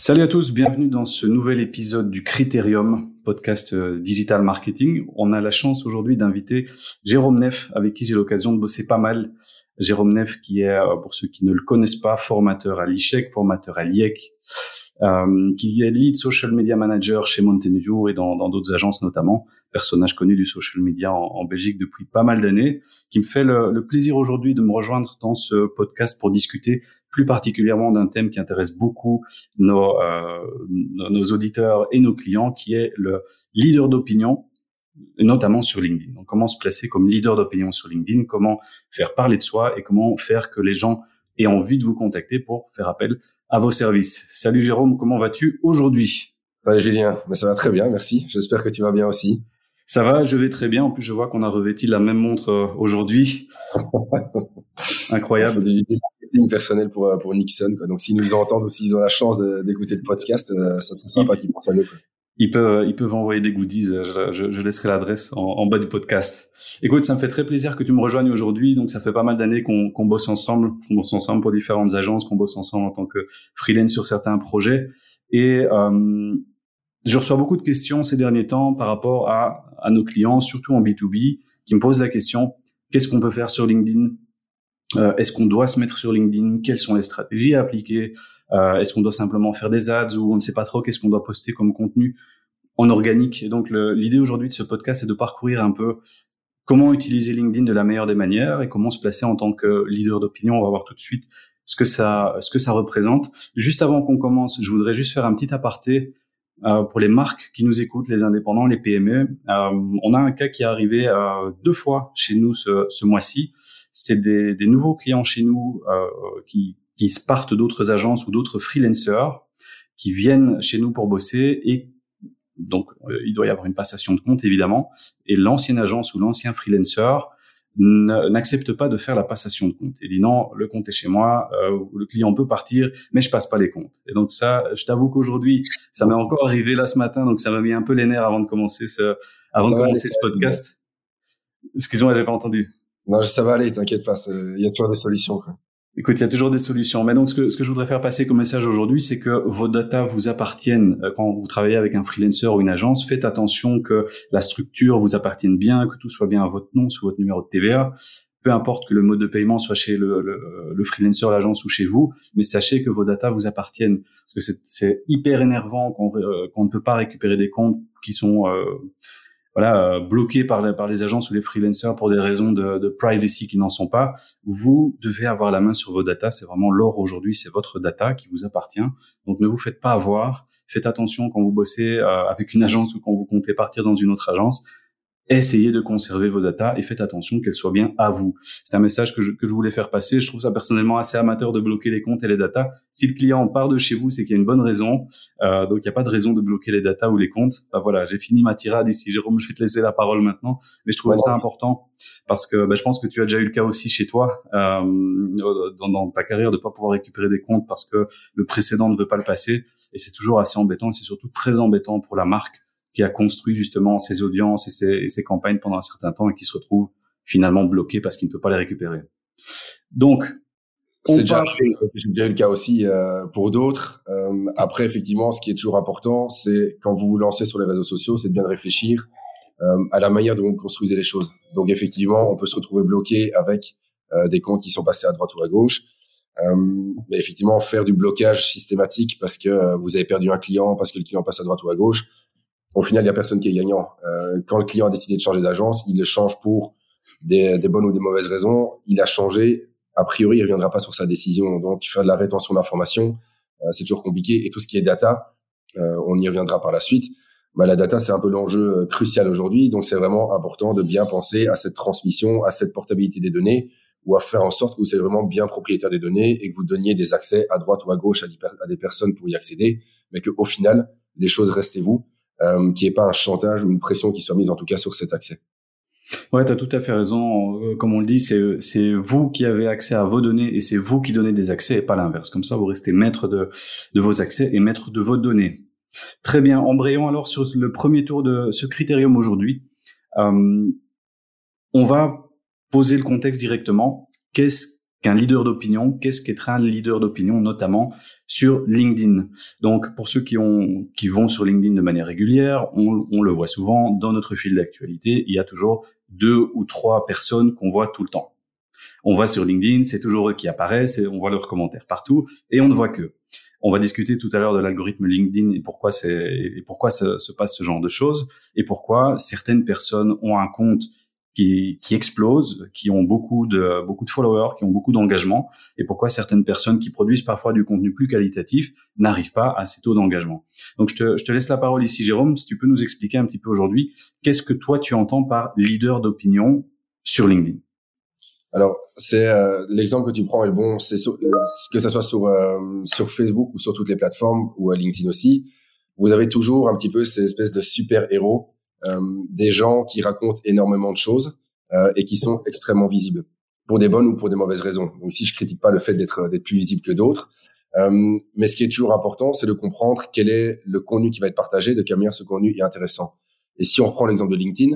Salut à tous, bienvenue dans ce nouvel épisode du Critérium, podcast digital marketing. On a la chance aujourd'hui d'inviter Jérôme Neff, avec qui j'ai l'occasion de bosser pas mal. Jérôme Neff qui est, pour ceux qui ne le connaissent pas, formateur à l'ICHEC, formateur à l'IEC, qui est lead social media manager chez Mountain View et dans d'autres agences notamment, personnage connu du social media en Belgique depuis pas mal d'années, qui me fait le plaisir aujourd'hui de me rejoindre dans ce podcast pour discuter plus particulièrement d'un thème qui intéresse beaucoup nos auditeurs et nos clients, qui est le leader d'opinion, notamment sur LinkedIn. Donc, comment se placer comme leader d'opinion sur LinkedIn, comment faire parler de soi et comment faire que les gens aient envie de vous contacter pour faire appel à vos services. Salut Jérôme, comment vas-tu aujourd'hui? Salut Julien, mais ça va très bien, merci. J'espère que tu vas bien aussi. Ça va, je vais très bien. En plus, je vois qu'on a revêti la même montre aujourd'hui. Incroyable. On fait du marketing personnel pour Nixon, quoi. Donc, s'ils nous entendent ou s'ils ont la chance d'écouter le podcast, ça serait sympa qu'ils pensent à nous, quoi. Ils peuvent envoyer des goodies. Je laisserai l'adresse en bas du podcast. Écoute, ça me fait très plaisir que tu me rejoignes aujourd'hui. Donc, ça fait pas mal d'années qu'on bosse ensemble. On bosse ensemble pour différentes agences, qu'on bosse ensemble en tant que freelance sur certains projets. Et je reçois beaucoup de questions ces derniers temps par rapport à nos clients, surtout en B2B, qui me posent la question, qu'est-ce qu'on peut faire sur LinkedIn? Est-ce qu'on doit se mettre sur LinkedIn? Quelles sont les stratégies à appliquer? Est-ce qu'on doit simplement faire des ads ou on ne sait pas trop qu'est-ce qu'on doit poster comme contenu en organique? Et donc, l'idée aujourd'hui de ce podcast, c'est de parcourir un peu comment utiliser LinkedIn de la meilleure des manières et comment se placer en tant que leader d'opinion. On va voir tout de suite ce que ça représente. Juste avant qu'on commence, je voudrais juste faire un petit aparté pour les marques qui nous écoutent, les indépendants, les PME. On a un cas qui est arrivé 2 fois chez nous ce mois-ci. C'est des nouveaux clients chez nous qui partent d'autres agences ou d'autres freelancers qui viennent chez nous pour bosser, et donc il doit y avoir une passation de compte évidemment, et l'ancienne agence ou l'ancien freelancer n'accepte pas de faire la passation de compte. Il dit non, le compte est chez moi, le client peut partir, mais je passe pas les comptes. Et donc ça, je t'avoue qu'aujourd'hui, ça m'est encore arrivé là ce matin, donc ça m'a mis un peu les nerfs avant de commencer ce podcast. Excuse-moi, j'ai pas entendu. Non, ça va aller, t'inquiète pas, il y a toujours des solutions, quoi. Écoute, il y a toujours des solutions. Mais donc, ce que je voudrais faire passer comme message aujourd'hui, c'est que vos datas vous appartiennent. Quand vous travaillez avec un freelancer ou une agence, faites attention que la structure vous appartienne bien, que tout soit bien à votre nom, sous votre numéro de TVA. Peu importe que le mode de paiement soit chez le freelancer, l'agence ou chez vous, mais sachez que vos datas vous appartiennent. Parce que c'est hyper énervant qu'on ne peut pas récupérer des comptes qui sont bloqués par les agences ou les freelancers pour des raisons de privacy qui n'en sont pas. Vous devez avoir la main sur vos datas. C'est vraiment l'or aujourd'hui, c'est votre data qui vous appartient. Donc ne vous faites pas avoir. Faites attention quand vous bossez avec une agence ou quand vous comptez partir dans une autre agence. Essayez de conserver vos datas et faites attention qu'elles soient bien à vous. C'est un message que je voulais faire passer. Je trouve ça personnellement assez amateur de bloquer les comptes et les datas. Si le client part de chez vous, c'est qu'il y a une bonne raison. Donc il n'y a pas de raison de bloquer les datas ou les comptes. Voilà, j'ai fini ma tirade ici, Jérôme. Je vais te laisser la parole maintenant. Mais je trouvais ça important parce que je pense que tu as déjà eu le cas aussi chez toi dans ta carrière de pas pouvoir récupérer des comptes parce que le précédent ne veut pas le passer. Et c'est toujours assez embêtant et c'est surtout très embêtant pour la marque qui a construit justement ses audiences et ses campagnes pendant un certain temps et qui se retrouve finalement bloqué parce qu'il ne peut pas les récupérer. Donc, j'ai déjà eu le cas aussi pour d'autres. Après, effectivement, ce qui est toujours important, c'est quand vous vous lancez sur les réseaux sociaux, c'est de bien réfléchir à la manière dont vous construisez les choses. Donc, effectivement, on peut se retrouver bloqué avec des comptes qui sont passés à droite ou à gauche. Mais effectivement, faire du blocage systématique parce que vous avez perdu un client, parce que le client passe à droite ou à gauche, au final, il y a personne qui est gagnant. Quand le client a décidé de changer d'agence, il le change pour des bonnes ou des mauvaises raisons. Il a changé. A priori, il reviendra pas sur sa décision. Donc, faire de la rétention d'informations, c'est toujours compliqué. Et tout ce qui est data, on y reviendra par la suite. La data, c'est un peu l'enjeu crucial aujourd'hui. Donc, c'est vraiment important de bien penser à cette transmission, à cette portabilité des données, ou à faire en sorte que vous soyez vraiment bien propriétaire des données et que vous donniez des accès à droite ou à gauche à des personnes pour y accéder, mais qu'au final, les choses restent vous. Qu'il n'y ait pas un chantage ou une pression qui soit mise en tout cas sur cet accès. Ouais, tu as tout à fait raison. Comme on le dit, c'est vous qui avez accès à vos données et c'est vous qui donnez des accès et pas l'inverse. Comme ça, vous restez maître de vos accès et maître de vos données. Très bien. Embrayons alors sur le premier tour de ce critérium aujourd'hui. On va poser le contexte directement. Qu'est-ce qu'un leader d'opinion, qu'est-ce qu'être un leader d'opinion, notamment sur LinkedIn. Donc, pour ceux qui vont sur LinkedIn de manière régulière, on le voit souvent dans notre fil d'actualité, il y a toujours 2 ou 3 personnes qu'on voit tout le temps. On va sur LinkedIn, c'est toujours eux qui apparaissent, et on voit leurs commentaires partout, et on ne voit qu'eux. On va discuter tout à l'heure de l'algorithme LinkedIn et pourquoi se passe ce genre de choses, et pourquoi certaines personnes ont un compte qui explose, qui ont beaucoup de followers, qui ont beaucoup d'engagement, et pourquoi certaines personnes qui produisent parfois du contenu plus qualitatif n'arrivent pas à ces taux d'engagement. Donc, je te laisse la parole ici, Jérôme, si tu peux nous expliquer un petit peu aujourd'hui, qu'est-ce que toi tu entends par leader d'opinion sur LinkedIn? Alors, c'est l'exemple que tu prends est le bon. C'est que ça soit sur Facebook ou sur toutes les plateformes ou à LinkedIn aussi, vous avez toujours un petit peu ces espèces de super héros, des gens qui racontent énormément de choses et qui sont extrêmement visibles pour des bonnes ou pour des mauvaises raisons. Donc ici, je critique pas le fait d'être plus visible que d'autres, mais ce qui est toujours important, c'est de comprendre quel est le contenu qui va être partagé, de quelle manière ce contenu est intéressant. Et si on reprend l'exemple de LinkedIn,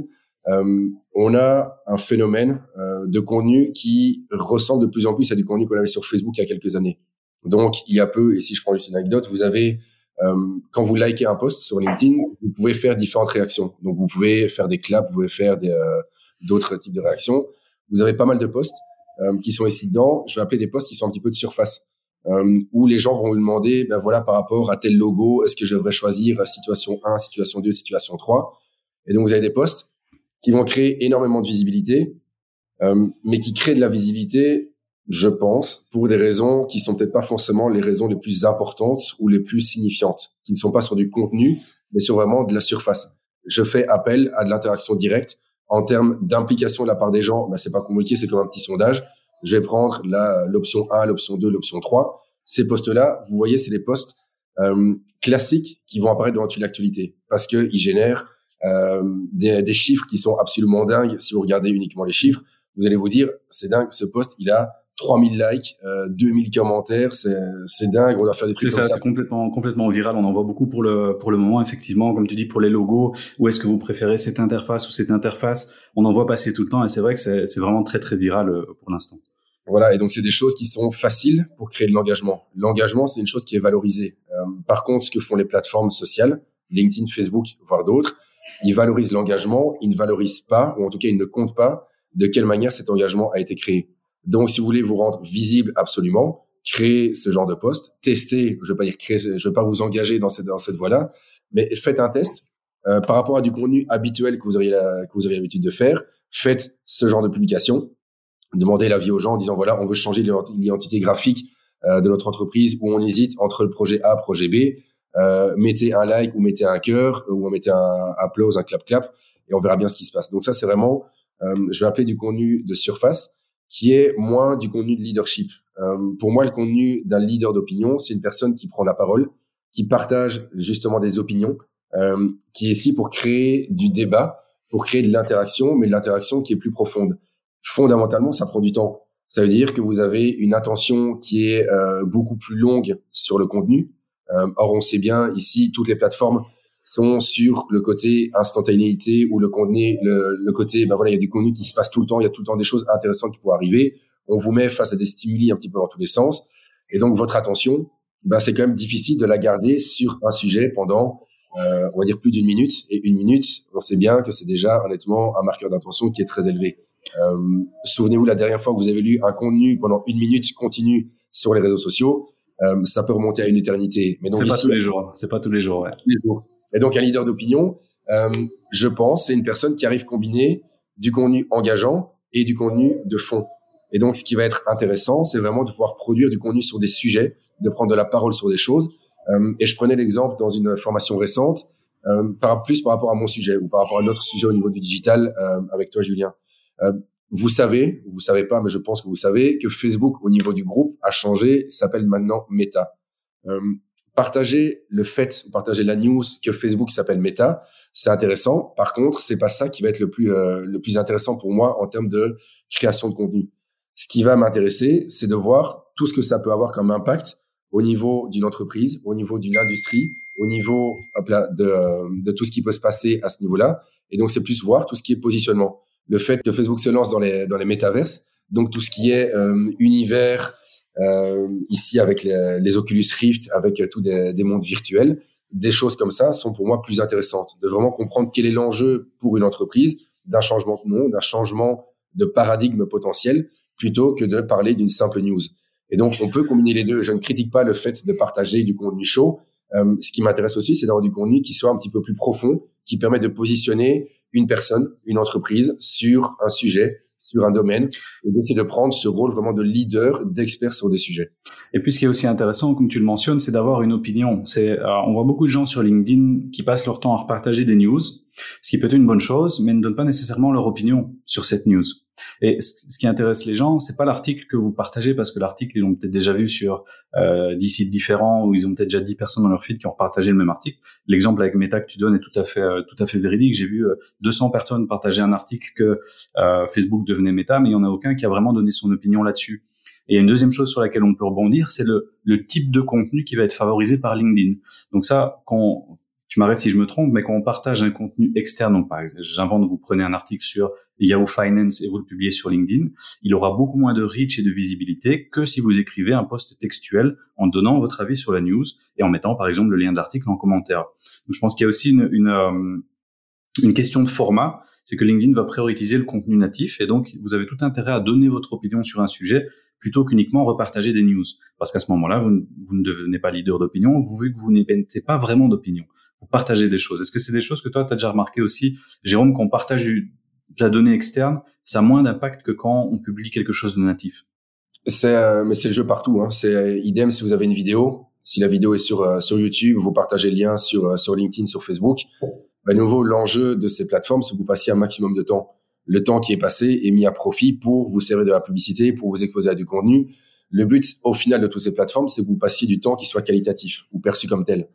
on a un phénomène de contenu qui ressemble de plus en plus à du contenu qu'on avait sur Facebook il y a quelques années. Donc, il y a peu, et si je prends juste une anecdote, vous avez, quand vous likez un post sur LinkedIn, vous pouvez faire différentes réactions. Donc, vous pouvez faire des claps, vous pouvez faire d'autres types de réactions. Vous avez pas mal de posts qui sont ici dedans. Je vais appeler des posts qui sont un petit peu de surface, où les gens vont vous demander, ben voilà, par rapport à tel logo, est-ce que je devrais choisir situation 1, situation 2, situation 3? Et donc, vous avez des posts qui vont créer énormément de visibilité, mais qui créent de la visibilité, je pense, pour des raisons qui sont peut-être pas forcément les raisons les plus importantes ou les plus signifiantes, qui ne sont pas sur du contenu, mais sur vraiment de la surface. Je fais appel à de l'interaction directe. En termes d'implication de la part des gens, ben, c'est pas compliqué, c'est comme un petit sondage. Je vais prendre l'option 1, l'option 2, l'option 3. Ces posts-là, vous voyez, c'est des posts classiques qui vont apparaître dans votre fil d'actualité parce que ils génèrent des chiffres qui sont absolument dingues. Si vous regardez uniquement les chiffres, vous allez vous dire, c'est dingue, ce post, il a 3000 likes, 2000 commentaires, c'est dingue, on doit faire des trucs comme ça. C'est complètement viral, on en voit beaucoup pour le moment, effectivement, comme tu dis, pour les logos, où est-ce que vous préférez cette interface ou cette interface, on en voit passer tout le temps, et c'est vrai que c'est vraiment très, très viral pour l'instant. Voilà, et donc c'est des choses qui sont faciles pour créer de l'engagement. L'engagement, c'est une chose qui est valorisée. Par contre, ce que font les plateformes sociales, LinkedIn, Facebook, voire d'autres, ils valorisent l'engagement, ils ne valorisent pas, ou en tout cas, ils ne comptent pas de quelle manière cet engagement a été créé. Donc, si vous voulez vous rendre visible absolument, créez ce genre de post, testez, je vais pas vous engager dans cette voie-là, mais faites un test par rapport à du contenu habituel que vous auriez l'habitude de faire. Faites ce genre de publication. Demandez l'avis aux gens en disant, voilà, on veut changer l'identité graphique de notre entreprise, ou on hésite entre le projet A, projet B. Mettez un like ou mettez un cœur ou mettez un applause, un clap, et on verra bien ce qui se passe. Donc ça, c'est vraiment, je vais appeler du contenu de surface, qui est moins du contenu de leadership. Pour moi, le contenu d'un leader d'opinion, c'est une personne qui prend la parole, qui partage justement des opinions, qui est ici pour créer du débat, pour créer de l'interaction, mais de l'interaction qui est plus profonde. Fondamentalement, ça prend du temps. Ça veut dire que vous avez une attention qui est beaucoup plus longue sur le contenu. Or, on sait bien ici, toutes les plateformes sont sur le côté instantanéité ou le contenu, le côté, ben voilà, il y a du contenu qui se passe tout le temps, il y a tout le temps des choses intéressantes qui pourraient arriver. On vous met face à des stimuli un petit peu dans tous les sens, et donc votre attention, ben c'est quand même difficile de la garder sur un sujet pendant, on va dire plus d'une minute. Et une minute, on sait bien que c'est déjà honnêtement un marqueur d'attention qui est très élevé. Souvenez-vous la dernière fois que vous avez lu un contenu pendant une minute continue sur les réseaux sociaux. Ça peut remonter à une éternité. Mais donc c'est pas tous les jours. C'est pas tous les jours, ouais. Tous les jours. Et donc, un leader d'opinion, je pense, c'est une personne qui arrive à combiner du contenu engageant et du contenu de fond. Et donc, ce qui va être intéressant, c'est vraiment de pouvoir produire du contenu sur des sujets, de prendre de la parole sur des choses. Et je prenais l'exemple dans une formation récente, par rapport à mon sujet ou par rapport à notre sujet au niveau du digital, avec toi, Julien. Vous savez pas, mais je pense que vous savez que Facebook, au niveau du groupe, a changé, s'appelle maintenant Meta. Partager la news que Facebook s'appelle Meta, c'est intéressant. Par contre, c'est pas ça qui va être le plus intéressant pour moi en termes de création de contenu. Ce qui va m'intéresser, c'est de voir tout ce que ça peut avoir comme impact au niveau d'une entreprise, au niveau d'une industrie, au niveau de tout ce qui peut se passer à ce niveau-là. Et donc, c'est plus voir tout ce qui est positionnement. Le fait que Facebook se lance dans les métaverses, Donc tout ce qui est univers, ici avec les Oculus Rift, avec tous des mondes virtuels, des choses comme ça sont pour moi plus intéressantes. De vraiment comprendre quel est l'enjeu pour une entreprise, d'un changement de nom, d'un changement de paradigme potentiel, plutôt que de parler d'une simple news. Et donc, on peut combiner les deux. Je ne critique pas le fait de partager du contenu chaud. Ce qui m'intéresse aussi, c'est d'avoir du contenu qui soit un petit peu plus profond, qui permet de positionner une personne, une entreprise sur un sujet, sur un domaine, et d'essayer de prendre ce rôle vraiment de leader, d'expert sur des sujets. Et puis, ce qui est aussi intéressant, comme tu le mentionnes, c'est d'avoir une opinion. On voit beaucoup de gens sur LinkedIn qui passent leur temps à repartager des news, ce qui peut être une bonne chose, mais ne donnent pas nécessairement leur opinion sur cette news. Et ce qui intéresse les gens, c'est pas l'article que vous partagez, parce que l'article, ils l'ont peut-être déjà vu sur 10 sites différents, ou ils ont peut-être déjà 10 personnes dans leur feed qui ont partagé le même article. L'exemple avec Meta que tu donnes est tout à fait véridique. J'ai vu 200 personnes partager un article que Facebook devenait Meta, mais il y en a aucun qui a vraiment donné son opinion là-dessus. Et une deuxième chose sur laquelle on peut rebondir, c'est le type de contenu qui va être favorisé par LinkedIn. Donc ça, tu m'arrêtes si je me trompe, mais quand on partage un contenu externe, donc par exemple, j'invente, vous prenez un article sur Yahoo Finance et vous le publiez sur LinkedIn, il aura beaucoup moins de reach et de visibilité que si vous écrivez un post textuel en donnant votre avis sur la news et en mettant par exemple le lien de l'article en commentaire. Donc je pense qu'il y a aussi une question de format, c'est que LinkedIn va prioriser le contenu natif et donc vous avez tout intérêt à donner votre opinion sur un sujet plutôt qu'uniquement repartager des news. Parce qu'à ce moment-là, vous ne devenez pas leader d'opinion, vu que vous n'émettez pas vraiment d'opinion. Vous partagez des choses. Est-ce que c'est des choses que toi, tu as déjà remarqué aussi, Jérôme, qu'on partage de la donnée externe, ça a moins d'impact que quand on publie quelque chose de natif? Mais c'est le jeu partout, hein. C'est idem si vous avez une vidéo. Si la vidéo est sur YouTube, vous partagez le lien sur LinkedIn, sur Facebook. À nouveau, l'enjeu de ces plateformes, c'est que vous passiez un maximum de temps. Le temps qui est passé est mis à profit pour vous servir de la publicité, pour vous exposer à du contenu. Le but, au final, de toutes ces plateformes, c'est que vous passiez du temps qui soit qualitatif ou perçu comme tel.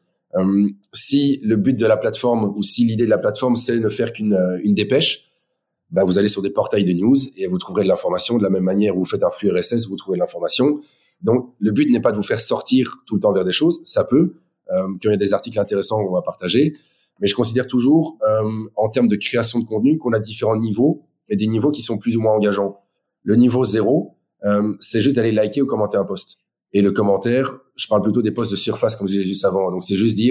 Si le but de la plateforme ou si l'idée de la plateforme, c'est ne faire qu'une dépêche, bah, vous allez sur des portails de news et vous trouverez de l'information de la même manière où vous faites un flux RSS, vous trouvez de l'information. Donc, le but n'est pas de vous faire sortir tout le temps vers des choses. Ça peut, quand il y a des articles intéressants, on va partager. Mais je considère toujours, en termes de création de contenu, qu'on a différents niveaux et des niveaux qui sont plus ou moins engageants. Le niveau 0, c'est juste d'aller liker ou commenter un post. Et le commentaire, je parle plutôt des posts de surface, comme je disais juste avant. Donc, c'est juste dire,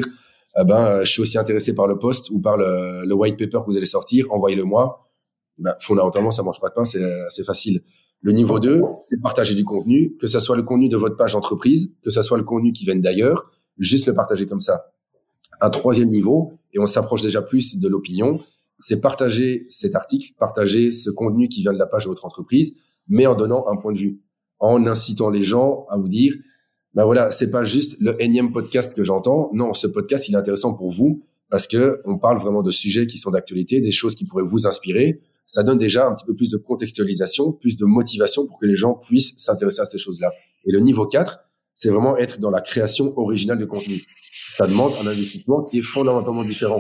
je suis aussi intéressé par le post ou par le white paper que vous allez sortir, envoyez-le-moi. Fondamentalement, ça mange pas de pain, c'est assez facile. Le niveau 2, c'est partager du contenu, que ça soit le contenu de votre page d'entreprise, que ça soit le contenu qui vienne d'ailleurs, juste le partager comme ça. Un troisième niveau, et on s'approche déjà plus de l'opinion, c'est partager cet article, partager ce contenu qui vient de la page de votre entreprise, mais en donnant un point de vue, en incitant les gens à vous dire, voilà, c'est pas juste le énième podcast que j'entends. Non, ce podcast, il est intéressant pour vous parce que on parle vraiment de sujets qui sont d'actualité, des choses qui pourraient vous inspirer. Ça donne déjà un petit peu plus de contextualisation, plus de motivation pour que les gens puissent s'intéresser à ces choses-là. Et le niveau 4, c'est vraiment être dans la création originale de contenu. Ça demande un investissement qui est fondamentalement différent.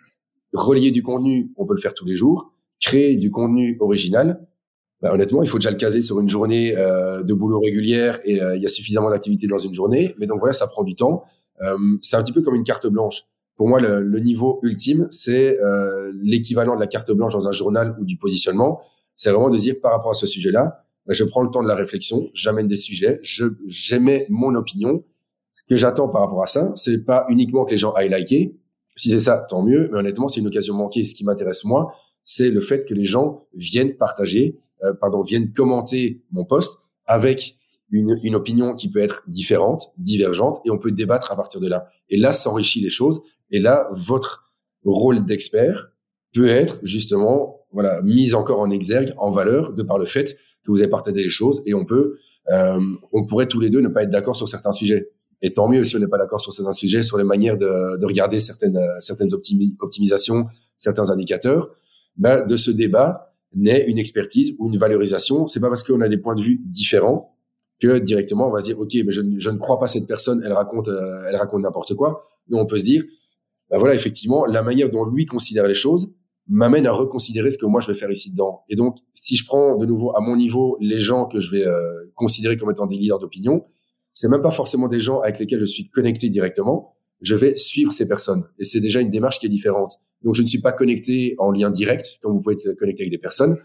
Relier du contenu, on peut le faire tous les jours. Créer du contenu original, honnêtement, il faut déjà le caser sur une journée de boulot régulière et il y a suffisamment d'activités dans une journée. Mais donc voilà, ça prend du temps. C'est un petit peu comme une carte blanche. Pour moi, le niveau ultime, c'est l'équivalent de la carte blanche dans un journal ou du positionnement. C'est vraiment de dire par rapport à ce sujet-là, je prends le temps de la réflexion, j'amène des sujets, j'émets mon opinion. Ce que j'attends par rapport à ça, c'est pas uniquement que les gens aillent liker. Si c'est ça, tant mieux. Mais honnêtement, c'est une occasion manquée. Ce qui m'intéresse moi, c'est le fait que les gens viennent partager, viennent commenter mon post avec une opinion qui peut être différente, divergente, et on peut débattre à partir de là. Et là, s'enrichit les choses. Et là, votre rôle d'expert peut être justement, mis encore en exergue, en valeur, de par le fait que vous avez partagé les choses. Et on pourrait tous les deux ne pas être d'accord sur certains sujets. Et tant mieux si on n'est pas d'accord sur certains sujets, sur les manières de regarder certaines optimisations, certains indicateurs. De ce débat naît une expertise ou une valorisation. C'est pas parce qu'on a des points de vue différents que directement on va se dire, ok, mais je ne crois pas cette personne, elle raconte n'importe quoi. Mais on peut se dire, effectivement, la manière dont lui considère les choses m'amène à reconsidérer ce que moi je vais faire ici dedans. Et donc, si je prends de nouveau à mon niveau les gens que je vais considérer comme étant des leaders d'opinion, c'est même pas forcément des gens avec lesquels je suis connecté directement. Je vais suivre ces personnes. Et c'est déjà une démarche qui est différente. Donc, je ne suis pas connecté en lien direct, comme vous pouvez être connecté avec des personnes.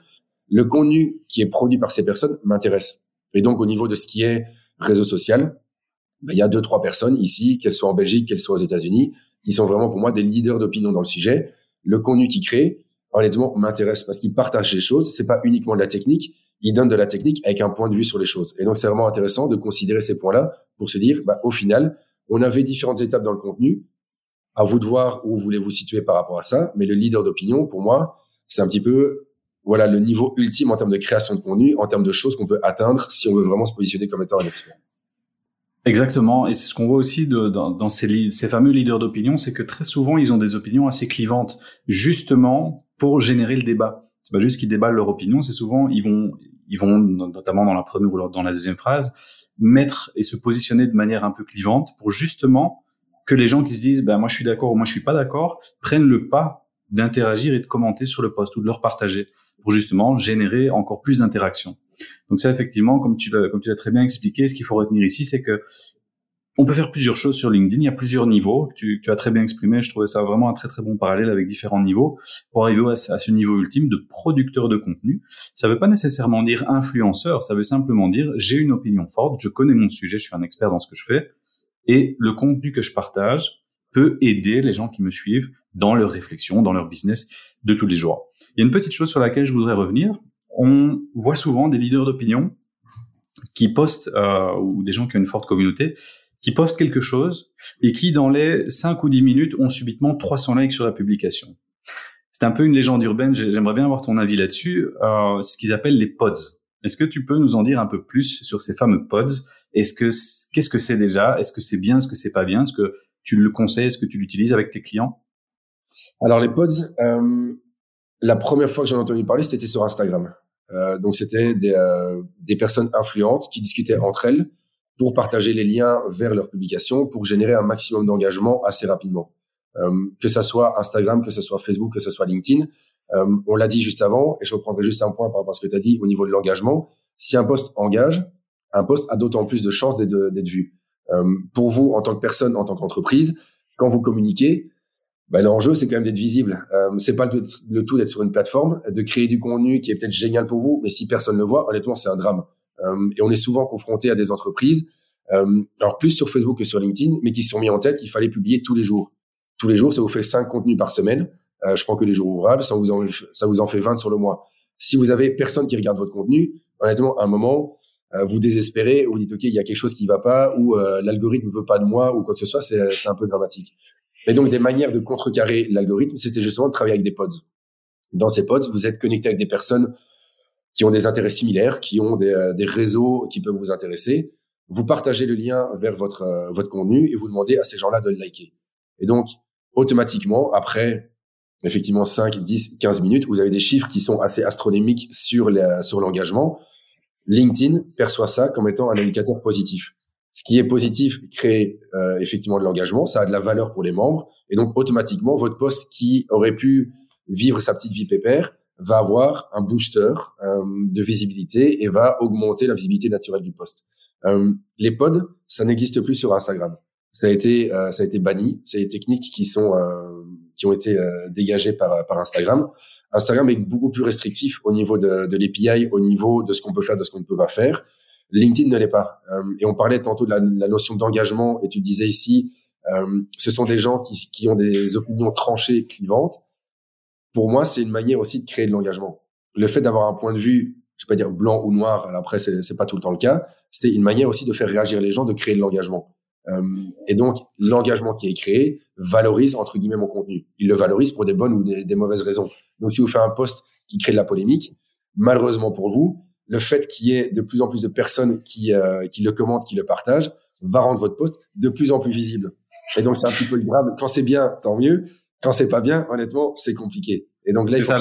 Le contenu qui est produit par ces personnes m'intéresse. Et donc, au niveau de ce qui est réseau social, il y a 2-3 personnes ici, qu'elles soient en Belgique, qu'elles soient aux États-Unis, qui sont vraiment pour moi des leaders d'opinion dans le sujet. Le contenu qu'ils créent, honnêtement, m'intéresse parce qu'ils partagent les choses. C'est pas uniquement de la technique. Ils donnent de la technique avec un point de vue sur les choses. Et donc, c'est vraiment intéressant de considérer ces points-là pour se dire, au final, on avait différentes étapes dans le contenu. À vous de voir où voulez vous situer par rapport à ça. Mais le leader d'opinion, pour moi, c'est un petit peu, voilà, le niveau ultime en termes de création de contenu, en termes de choses qu'on peut atteindre si on veut vraiment se positionner comme étant un expert. Exactement, et c'est ce qu'on voit aussi dans ces fameux leaders d'opinion, c'est que très souvent ils ont des opinions assez clivantes, justement pour générer le débat. C'est pas juste qu'ils déballent leur opinion, c'est souvent ils vont notamment dans la première ou dans la deuxième phrase mettre et se positionner de manière un peu clivante pour justement que les gens qui se disent moi je suis d'accord ou moi je suis pas d'accord prennent le pas d'interagir et de commenter sur le post ou de le repartager pour justement générer encore plus d'interactions. Donc ça, effectivement, comme tu l'as très bien expliqué, ce qu'il faut retenir ici, c'est que on peut faire plusieurs choses sur LinkedIn. Il y a plusieurs niveaux. Tu as très bien exprimé. Je trouvais ça vraiment un très très bon parallèle avec différents niveaux pour arriver à ce niveau ultime de producteur de contenu. Ça ne veut pas nécessairement dire influenceur. Ça veut simplement dire j'ai une opinion forte, je connais mon sujet, je suis un expert dans ce que je fais et le contenu que je partage peut aider les gens qui me suivent dans leur réflexion, dans leur business de tous les jours. Il y a une petite chose sur laquelle je voudrais revenir. On voit souvent des leaders d'opinion qui postent, ou des gens qui ont une forte communauté, qui postent quelque chose et qui, dans les 5 ou 10 minutes, ont subitement 300 likes sur la publication. C'est un peu une légende urbaine, j'aimerais bien avoir ton avis là-dessus, ce qu'ils appellent les pods. Est-ce que tu peux nous en dire un peu plus sur ces fameux pods? Qu'est-ce que c'est déjà? Est-ce que c'est bien? Est-ce que c'est pas bien? Est-ce que tu le conseilles? Est-ce que tu l'utilises avec tes clients? Alors, les pods, la première fois que j'en ai entendu parler, c'était sur Instagram. Donc, c'était des personnes influentes qui discutaient entre elles pour partager les liens vers leurs publications, pour générer un maximum d'engagement assez rapidement. Que ça soit Instagram, que ça soit Facebook, que ça soit LinkedIn. On l'a dit juste avant, et je reprendrai juste un point par rapport à ce que tu as dit au niveau de l'engagement. Si un post engage, un post a d'autant plus de chances d'être vu. Pour vous, en tant que personne, en tant qu'entreprise, quand vous communiquez, l'enjeu, c'est quand même d'être visible. C'est pas le tout d'être sur une plateforme, de créer du contenu qui est peut-être génial pour vous, mais si personne ne le voit, honnêtement, c'est un drame. Et on est souvent confronté à des entreprises, alors plus sur Facebook que sur LinkedIn, mais qui se sont mis en tête qu'il fallait publier tous les jours. Tous les jours, ça vous fait 5 contenus par semaine. Je prends que les jours ouvrables, ça vous en fait 20 sur le mois. Si vous avez personne qui regarde votre contenu, honnêtement, à un moment, vous désespérez, vous dites, OK, il y a quelque chose qui va pas, ou l'algorithme ne veut pas de moi, ou quoi que ce soit, c'est un peu dramatique. Et donc, des manières de contrecarrer l'algorithme, c'était justement de travailler avec des pods. Dans ces pods, vous êtes connecté avec des personnes qui ont des intérêts similaires, qui ont des réseaux qui peuvent vous intéresser. Vous partagez le lien vers votre contenu et vous demandez à ces gens-là de le liker. Et donc, automatiquement, après, effectivement, 5, 10, 15 minutes, vous avez des chiffres qui sont assez astronomiques sur l'engagement. LinkedIn perçoit ça comme étant un indicateur positif. Ce qui est positif crée effectivement de l'engagement, ça a de la valeur pour les membres, et donc automatiquement, votre post qui aurait pu vivre sa petite vie pépère va avoir un booster de visibilité et va augmenter la visibilité naturelle du post. Les pods, ça n'existe plus sur Instagram. Ça a été banni. C'est des techniques qui ont été dégagées par Instagram. Instagram est beaucoup plus restrictif au niveau de l'API, au niveau de ce qu'on peut faire, de ce qu'on ne peut pas faire. LinkedIn ne l'est pas. Et on parlait tantôt de la notion d'engagement, et tu disais ici, ce sont des gens qui ont des opinions tranchées, clivantes. Pour moi, c'est une manière aussi de créer de l'engagement. Le fait d'avoir un point de vue, je vais pas dire blanc ou noir, alors après c'est pas tout le temps le cas, c'était une manière aussi de faire réagir les gens, de créer de l'engagement. Et donc, l'engagement qui est créé valorise, entre guillemets, mon contenu. Il le valorise pour des bonnes ou des mauvaises raisons. Donc, si vous faites un post qui crée de la polémique, malheureusement pour vous, le fait qu'il y ait de plus en plus de personnes qui le commentent, qui le partagent, va rendre votre post de plus en plus visible. Et donc, c'est un petit peu le drame. Quand c'est bien, tant mieux. Quand c'est pas bien, honnêtement, c'est compliqué. Et donc là, c'est ça,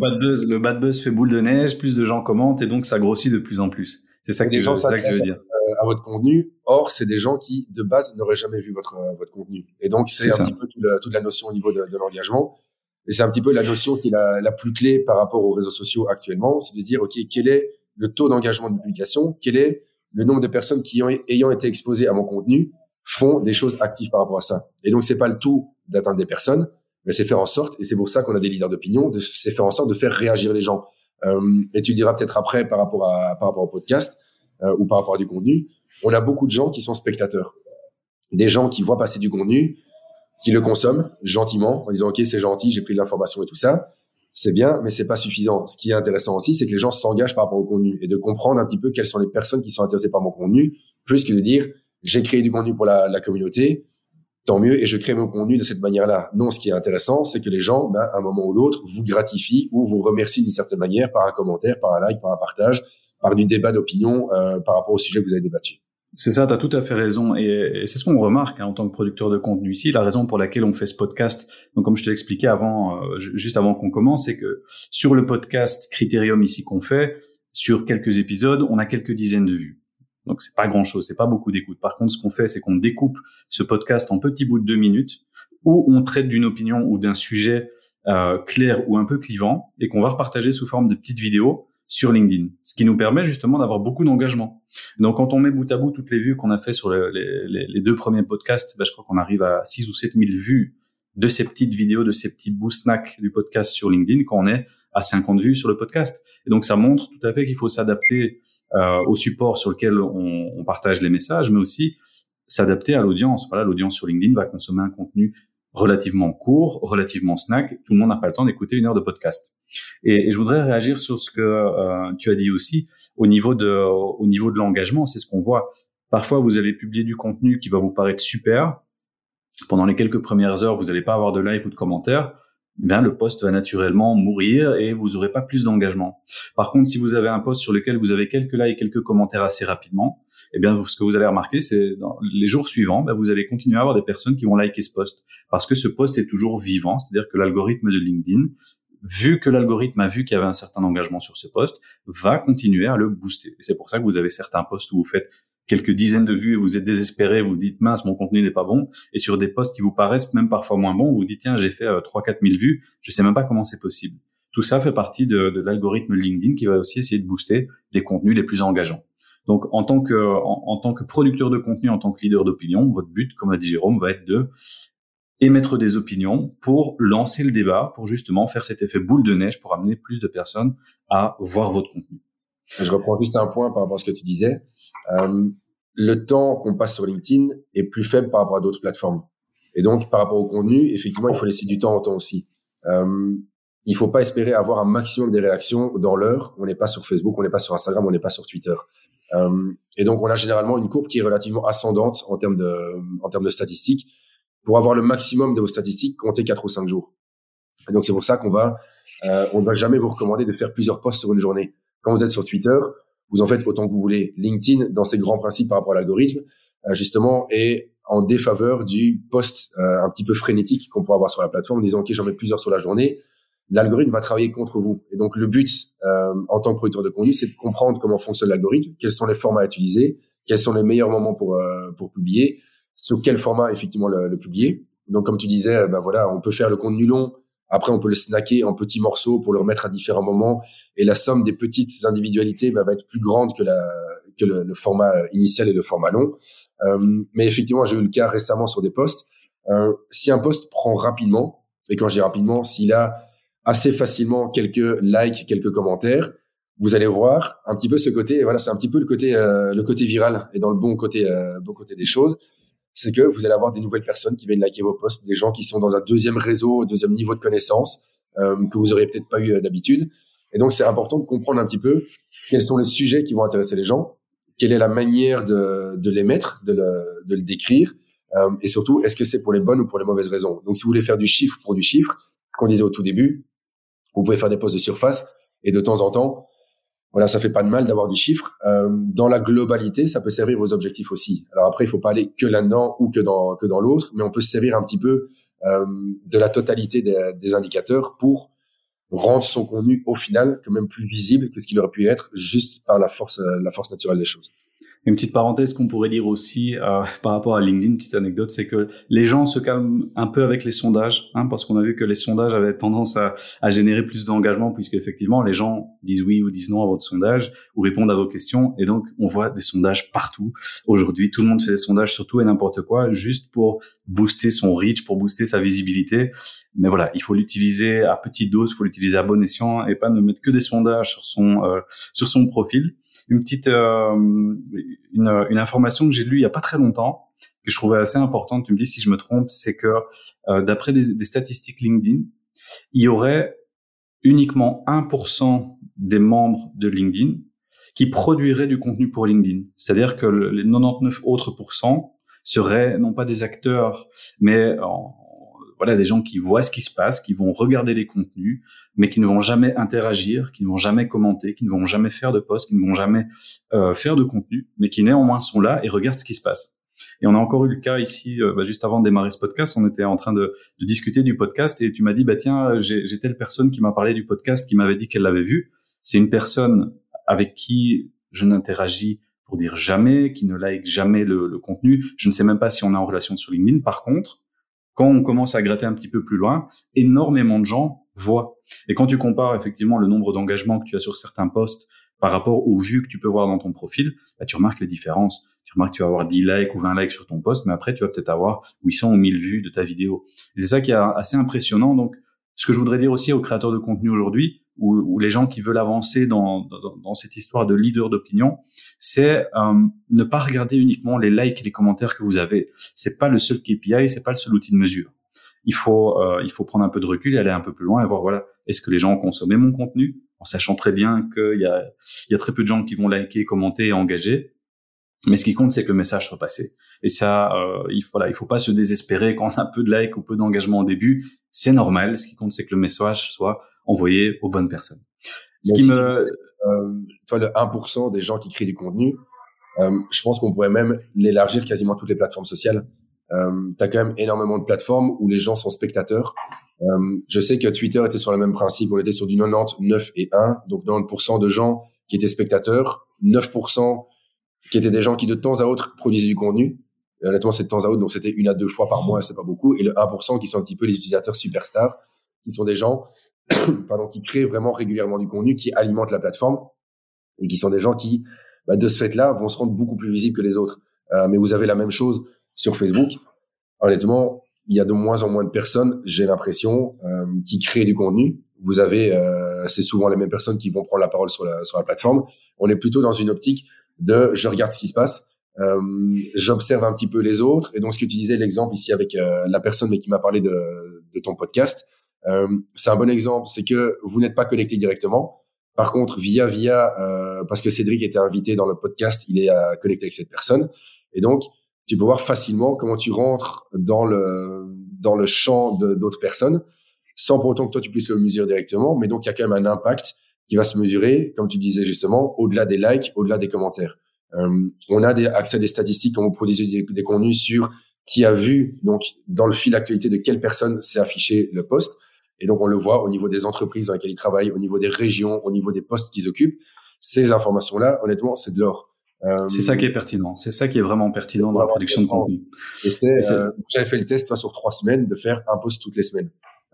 le bad buzz fait boule de neige, plus de gens commentent et donc ça grossit de plus en plus. C'est ça que je veux dire. À votre contenu. Or, c'est des gens qui, de base, n'auraient jamais vu votre contenu. Et donc, c'est un petit peu toute la notion au niveau de l'engagement. Et c'est un petit peu la notion qui est la plus clé par rapport aux réseaux sociaux actuellement. C'est de dire, OK, quel est le taux d'engagement de publication? Quel est le nombre de personnes qui, ayant été exposées à mon contenu, font des choses actives par rapport à ça? Et donc, c'est pas le tout d'atteindre des personnes, mais c'est faire en sorte, et c'est pour ça qu'on a des leaders d'opinion, c'est faire en sorte de faire réagir les gens. Et tu le diras peut-être après par rapport au podcast ou par rapport à du contenu. On a beaucoup de gens qui sont spectateurs. Des gens qui voient passer du contenu, qui le consomment gentiment en disant ok, c'est gentil, j'ai pris de l'information et tout ça. C'est bien, mais c'est pas suffisant. Ce qui est intéressant aussi, c'est que les gens s'engagent par rapport au contenu et de comprendre un petit peu quelles sont les personnes qui sont intéressées par mon contenu, plus que de dire j'ai créé du contenu pour la communauté, tant mieux, et je crée mon contenu de cette manière-là. Non, ce qui est intéressant, c'est que les gens, à un moment ou l'autre, vous gratifient ou vous remercient d'une certaine manière par un commentaire, par un like, par un partage, par du débat d'opinion par rapport au sujet que vous avez débattu. C'est ça, tu as tout à fait raison. Et c'est ce qu'on remarque en tant que producteur de contenu ici. La raison pour laquelle on fait ce podcast, donc comme je te l'expliquais avant, juste avant qu'on commence, c'est que sur le podcast Critérium ici qu'on fait, sur quelques épisodes, on a quelques dizaines de vues. Donc c'est pas grand-chose, c'est pas beaucoup d'écoute. Par contre, ce qu'on fait, c'est qu'on découpe ce podcast en petits bouts de 2 minutes où on traite d'une opinion ou d'un sujet clair ou un peu clivant et qu'on va repartager sous forme de petites vidéos sur LinkedIn, ce qui nous permet justement d'avoir beaucoup d'engagement. Donc, quand on met bout à bout toutes les vues qu'on a fait sur les 2 premiers podcasts, je crois qu'on arrive à 6 ou 7 000 vues de ces petites vidéos, de ces petits bouts snacks du podcast sur LinkedIn quand on est à 50 vues sur le podcast. Et donc, ça montre tout à fait qu'il faut s'adapter au support sur lequel on partage les messages, mais aussi s'adapter à l'audience. Voilà, l'audience sur LinkedIn va consommer un contenu relativement court, relativement snack. Tout le monde n'a pas le temps d'écouter 1 heure de podcast. Et je voudrais réagir sur ce que tu as dit aussi au niveau de l'engagement. C'est ce qu'on voit. Parfois, vous allez publier du contenu qui va vous paraître super. Pendant les quelques premières heures, vous n'allez pas avoir de likes ou de commentaires. Eh bien, le post va naturellement mourir et vous n'aurez pas plus d'engagement. Par contre, si vous avez un post sur lequel vous avez quelques likes et quelques commentaires assez rapidement, eh bien, ce que vous allez remarquer, c'est dans les jours suivants, vous allez continuer à avoir des personnes qui vont liker ce post parce que ce post est toujours vivant. C'est-à-dire que l'algorithme de LinkedIn, vu que l'algorithme a vu qu'il y avait un certain engagement sur ce post, va continuer à le booster. Et c'est pour ça que vous avez certains posts où vous faites quelques dizaines de vues et vous êtes désespéré, vous dites mince, mon contenu n'est pas bon. Et sur des posts qui vous paraissent même parfois moins bons, vous dites tiens, j'ai fait 3-4 000 vues, je sais même pas comment c'est possible. Tout ça fait partie de l'algorithme LinkedIn qui va aussi essayer de booster les contenus les plus engageants. Donc, en tant que producteur de contenu, en tant que leader d'opinion, votre but, comme a dit Jérôme, va être de émettre des opinions pour lancer le débat, pour justement faire cet effet boule de neige, pour amener plus de personnes à voir votre contenu. Je reprends juste un point par rapport à ce que tu disais. Le temps qu'on passe sur LinkedIn est plus faible par rapport à d'autres plateformes. Et donc, par rapport au contenu, effectivement, il faut laisser du temps au temps aussi. Il faut pas espérer avoir un maximum des réactions dans l'heure. On n'est pas sur Facebook, on n'est pas sur Instagram, on n'est pas sur Twitter. Et donc, on a généralement une courbe qui est relativement ascendante en termes de statistiques. Pour avoir le maximum de vos statistiques, comptez 4 ou 5 jours. Et donc, c'est pour ça on ne va jamais vous recommander de faire plusieurs posts sur une journée. Quand vous êtes sur Twitter, vous en faites autant que vous voulez. LinkedIn, dans ses grands principes par rapport à l'algorithme, justement, est en défaveur du post un petit peu frénétique qu'on pourrait avoir sur la plateforme en disant ok, j'en mets plusieurs sur la journée. L'algorithme va travailler contre vous. Et donc, le but en tant que producteur de contenu, c'est de comprendre comment fonctionne l'algorithme, quels sont les formats à utiliser, quels sont les meilleurs moments pour publier, sur quel format effectivement le publier. Donc, comme tu disais, voilà, on peut faire le contenu long. Après, on peut le snacker en petits morceaux pour le remettre à différents moments. Et la somme des petites individualités va être plus grande que le format initial et le format long. Mais effectivement, j'ai eu le cas récemment sur des posts. Si un post prend rapidement, et quand je dis rapidement, s'il a assez facilement quelques likes, quelques commentaires, vous allez voir un petit peu ce côté. Voilà, c'est un petit peu le côté viral et dans le bon côté des choses. C'est que vous allez avoir des nouvelles personnes qui viennent liker vos posts, des gens qui sont dans un deuxième réseau, deuxième niveau de connaissance que vous auriez peut-être pas eu d'habitude. Et donc, c'est important de comprendre un petit peu quels sont les sujets qui vont intéresser les gens, quelle est la manière de les mettre, de le décrire, et surtout, est-ce que c'est pour les bonnes ou pour les mauvaises raisons. Donc, si vous voulez faire du chiffre pour du chiffre, ce qu'on disait au tout début, vous pouvez faire des posts de surface et de temps en temps, voilà, ça fait pas de mal d'avoir du chiffre. Dans la globalité, ça peut servir vos objectifs aussi. Alors après, il faut pas aller que là-dedans ou que dans l'autre, mais on peut se servir un petit peu de la totalité des indicateurs pour rendre son contenu au final quand même plus visible que ce qu'il aurait pu être juste par la force naturelle des choses. Une petite parenthèse qu'on pourrait dire aussi par rapport à LinkedIn, une petite anecdote, c'est que les gens se calment un peu avec les sondages, parce qu'on a vu que les sondages avaient tendance à générer plus d'engagement, puisque effectivement les gens disent oui ou disent non à votre sondage ou répondent à vos questions, et donc on voit des sondages partout. Aujourd'hui, tout le monde fait des sondages sur tout et n'importe quoi, juste pour booster son reach, pour booster sa visibilité. Mais voilà, il faut l'utiliser à petite dose, il faut l'utiliser à bon escient et pas ne mettre que des sondages sur son profil. Une petite une information que j'ai lue il y a pas très longtemps, que je trouvais assez importante, tu me dis si je me trompe, c'est que d'après des statistiques LinkedIn, il y aurait uniquement 1% des membres de LinkedIn qui produiraient du contenu pour LinkedIn. C'est-à-dire que les 99 autres pourcents seraient non pas des acteurs, mais voilà, des gens qui voient ce qui se passe, qui vont regarder les contenus, mais qui ne vont jamais interagir, qui ne vont jamais commenter, qui ne vont jamais faire de posts, qui ne vont jamais faire de contenu, mais qui néanmoins sont là et regardent ce qui se passe. Et on a encore eu le cas ici, juste avant de démarrer ce podcast, on était en train de discuter du podcast et tu m'as dit, tiens, j'ai telle personne qui m'a parlé du podcast, qui m'avait dit qu'elle l'avait vu. C'est une personne avec qui je n'interagis pour dire jamais, qui ne like jamais le contenu. Je ne sais même pas si on est en relation sur LinkedIn. Par contre, quand on commence à gratter un petit peu plus loin, énormément de gens voient. Et quand tu compares effectivement le nombre d'engagements que tu as sur certains posts par rapport aux vues que tu peux voir dans ton profil, tu remarques les différences. Tu remarques que tu vas avoir 10 likes ou 20 likes sur ton post, mais après, tu vas peut-être avoir 800 ou 1000 vues de ta vidéo. Et c'est ça qui est assez impressionnant. Donc, ce que je voudrais dire aussi aux créateurs de contenu aujourd'hui, ou les gens qui veulent avancer dans cette histoire de leader d'opinion, c'est ne pas regarder uniquement les likes et les commentaires que vous avez. C'est pas le seul KPI, c'est pas le seul outil de mesure. Il faut prendre un peu de recul et aller un peu plus loin et voir, voilà, est-ce que les gens ont consommé mon contenu, en sachant très bien qu'il y a très peu de gens qui vont liker, commenter et engager. Mais ce qui compte, c'est que le message soit passé. Et ça, il faut pas se désespérer quand on a peu de likes ou peu d'engagement au début. C'est normal. Ce qui compte, c'est que le message soit envoyé aux bonnes personnes. Toi, le 1% des gens qui créent du contenu, je pense qu'on pourrait même l'élargir quasiment à toutes les plateformes sociales. T'as quand même énormément de plateformes où les gens sont spectateurs. Je sais que Twitter était sur le même principe. On était sur du 90, 9 et 1. Donc 90% de gens qui étaient spectateurs, 9% qui étaient des gens qui de temps à autre produisaient du contenu. Et honnêtement, c'est de temps à autre, donc c'était 1 à 2 fois par mois, c'est pas beaucoup. Et le 1% qui sont un petit peu les utilisateurs superstars, qui sont des gens qui créent vraiment régulièrement du contenu, qui alimentent la plateforme, et qui sont des gens qui, de ce fait-là, vont se rendre beaucoup plus visibles que les autres. Mais vous avez la même chose sur Facebook. Honnêtement, il y a de moins en moins de personnes, j'ai l'impression, qui créent du contenu. Vous avez, c'est souvent les mêmes personnes qui vont prendre la parole sur la plateforme. On est plutôt dans une optique de je regarde ce qui se passe, j'observe un petit peu les autres. Et donc ce que tu disais, l'exemple ici avec la personne qui m'a parlé de ton podcast, c'est un bon exemple. C'est que vous n'êtes pas connecté directement. Par contre, via parce que Cédric était invité dans le podcast, il est connecté avec cette personne. Et donc tu peux voir facilement comment tu rentres dans le champ d'autres personnes, sans pour autant que toi tu puisses le mesurer directement. Mais donc il y a quand même un impact qui va se mesurer, comme tu disais justement, au-delà des likes, au-delà des commentaires. On a accès à des statistiques quand vous produisez des contenus sur qui a vu, donc dans le fil d'actualité de quelle personne s'est affiché le post. Et donc on le voit au niveau des entreprises dans lesquelles ils travaillent, au niveau des régions, au niveau des postes qu'ils occupent. Ces informations-là, honnêtement, c'est de l'or. C'est ça qui est pertinent. C'est ça qui est vraiment pertinent dans la production de contenu. Et j'avais fait le test, sur 3 semaines, de faire un post toutes les semaines.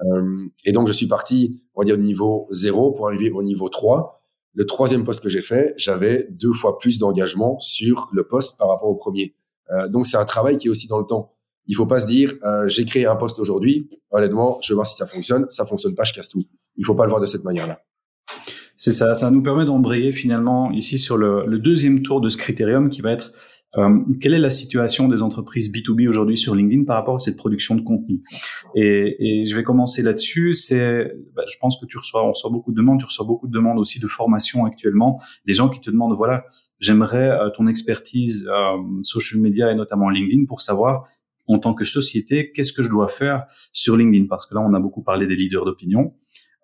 Et donc, je suis parti, on va dire, du niveau 0 pour arriver au niveau 3. Le 3e post que j'ai fait, j'avais 2 fois plus d'engagement sur le post par rapport au premier. Donc, c'est un travail qui est aussi dans le temps. Il faut pas se dire, j'ai créé un post aujourd'hui, honnêtement, je vais voir si ça fonctionne. Ça fonctionne pas, je casse tout. Il faut pas le voir de cette manière-là. C'est ça. Ça nous permet d'embrayer finalement ici sur le 2e tour de ce critérium qui va être quelle est la situation des entreprises B2B aujourd'hui sur LinkedIn par rapport à cette production de contenu. Et je vais commencer là-dessus. Je pense que on reçoit beaucoup de demandes. Tu reçois beaucoup de demandes aussi de formation actuellement. Des gens qui te demandent, voilà, j'aimerais ton expertise social media et notamment LinkedIn pour savoir en tant que société qu'est-ce que je dois faire sur LinkedIn, parce que là on a beaucoup parlé des leaders d'opinion.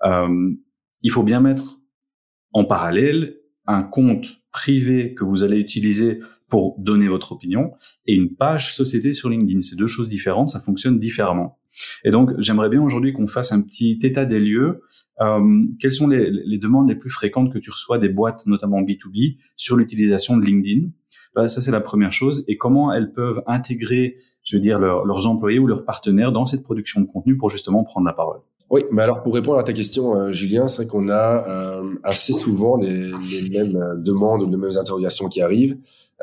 Il faut bien mettre en parallèle un compte privé que vous allez utiliser pour donner votre opinion et une page société sur LinkedIn. C'est 2 choses différentes, ça fonctionne différemment. Et donc, j'aimerais bien aujourd'hui qu'on fasse un petit état des lieux. Quelles sont les demandes les plus fréquentes que tu reçois des boîtes, notamment B2B, sur l'utilisation de LinkedIn? Ça, c'est la première chose. Et comment elles peuvent intégrer, je veux dire, leurs employés ou leurs partenaires dans cette production de contenu pour justement prendre la parole. Oui, mais alors pour répondre à ta question, Julien, c'est vrai qu'on a assez souvent les mêmes demandes ou les mêmes interrogations qui arrivent.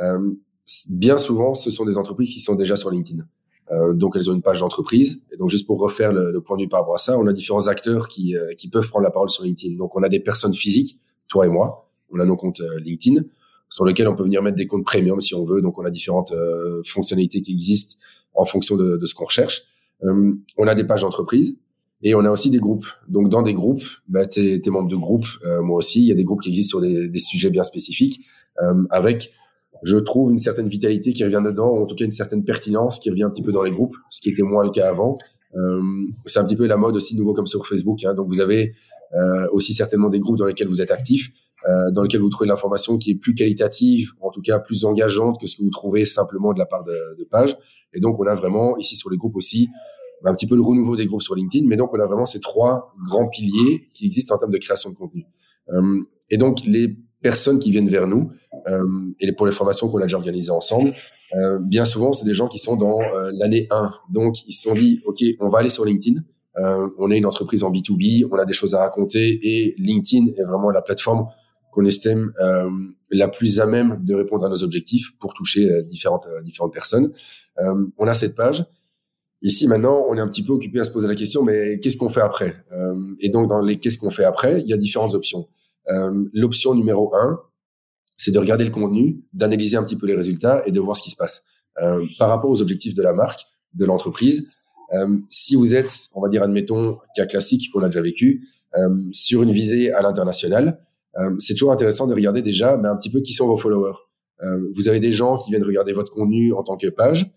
Bien souvent, ce sont des entreprises qui sont déjà sur LinkedIn. Donc, elles ont une page d'entreprise. Et donc, juste pour refaire le point de vue par rapport à ça, on a différents acteurs qui peuvent prendre la parole sur LinkedIn. Donc, on a des personnes physiques, toi et moi. On a nos comptes LinkedIn sur lesquels on peut venir mettre des comptes premium si on veut. Donc, on a différentes fonctionnalités qui existent en fonction de ce qu'on recherche. On a des pages d'entreprise. Et on a aussi des groupes. Donc, dans des groupes, t'es membre de groupes, moi aussi. Il y a des groupes qui existent sur des sujets bien spécifiques, avec, je trouve, une certaine vitalité qui revient dedans, ou en tout cas une certaine pertinence qui revient un petit peu dans les groupes, ce qui était moins le cas avant. C'est un petit peu la mode aussi, nouveau comme sur Facebook. Donc, vous avez aussi certainement des groupes dans lesquels vous êtes actifs, dans lesquels vous trouvez de l'information qui est plus qualitative, ou en tout cas plus engageante que ce que vous trouvez simplement de la part de pages. Et donc, on a vraiment, ici sur les groupes aussi, un petit peu le renouveau des groupes sur LinkedIn, mais donc on a vraiment ces trois grands piliers qui existent en termes de création de contenu. Et donc les personnes qui viennent vers nous, et pour les formations qu'on a déjà organisées ensemble, bien souvent c'est des gens qui sont dans l'année 1. Donc ils se sont dit, ok, on va aller sur LinkedIn, on est une entreprise en B2B, on a des choses à raconter, et LinkedIn est vraiment la plateforme qu'on estime la plus à même de répondre à nos objectifs pour toucher différentes personnes. On a cette page. Ici, maintenant, on est un petit peu occupé à se poser la question, mais qu'est-ce qu'on fait après? Et donc, dans les qu'est-ce qu'on fait après, il y a différentes options. L'option numéro 1, c'est de regarder le contenu, d'analyser un petit peu les résultats et de voir ce qui se passe. Par rapport aux objectifs de la marque, de l'entreprise, si vous êtes, on va dire, admettons, cas classique qu'on a déjà vécu, sur une visée à l'international, c'est toujours intéressant de regarder déjà un petit peu qui sont vos followers. Vous avez des gens qui viennent regarder votre contenu en tant que page.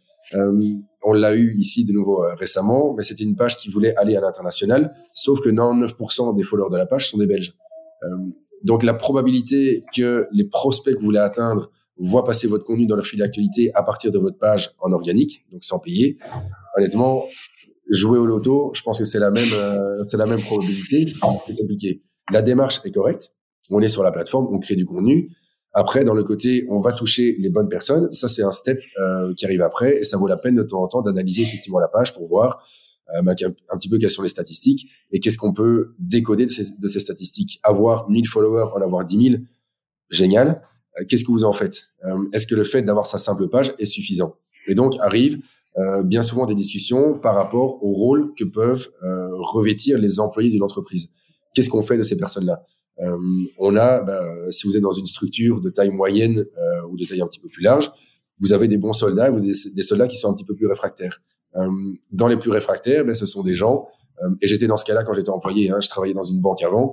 On l'a eu ici de nouveau récemment, mais c'était une page qui voulait aller à l'international, sauf que 99% des followers de la page sont des Belges. Donc la probabilité que les prospects que vous voulez atteindre voient passer votre contenu dans leur fil d'actualité à partir de votre page en organique, donc sans payer, honnêtement, jouer au loto, je pense que c'est la même probabilité. C'est compliqué. La démarche est correcte. On est sur la plateforme, on crée du contenu. Après, dans le côté, on va toucher les bonnes personnes. Ça, c'est un step qui arrive après, et ça vaut la peine de temps en temps d'analyser effectivement la page pour voir un petit peu quelles sont les statistiques et qu'est-ce qu'on peut décoder de ces statistiques. Avoir 1000 followers, en avoir 10 000, génial. Qu'est-ce que vous en faites? Est-ce que le fait d'avoir sa simple page est suffisant? Et donc, arrivent bien souvent des discussions par rapport au rôle que peuvent revêtir les employés d'une entreprise. Qu'est-ce qu'on fait de ces personnes-là? On a, si vous êtes dans une structure de taille moyenne ou de taille un petit peu plus large, vous avez des bons soldats ou des soldats qui sont un petit peu plus réfractaires. Dans les plus réfractaires, ce sont des gens, et j'étais dans ce cas-là quand j'étais employé, je travaillais dans une banque avant,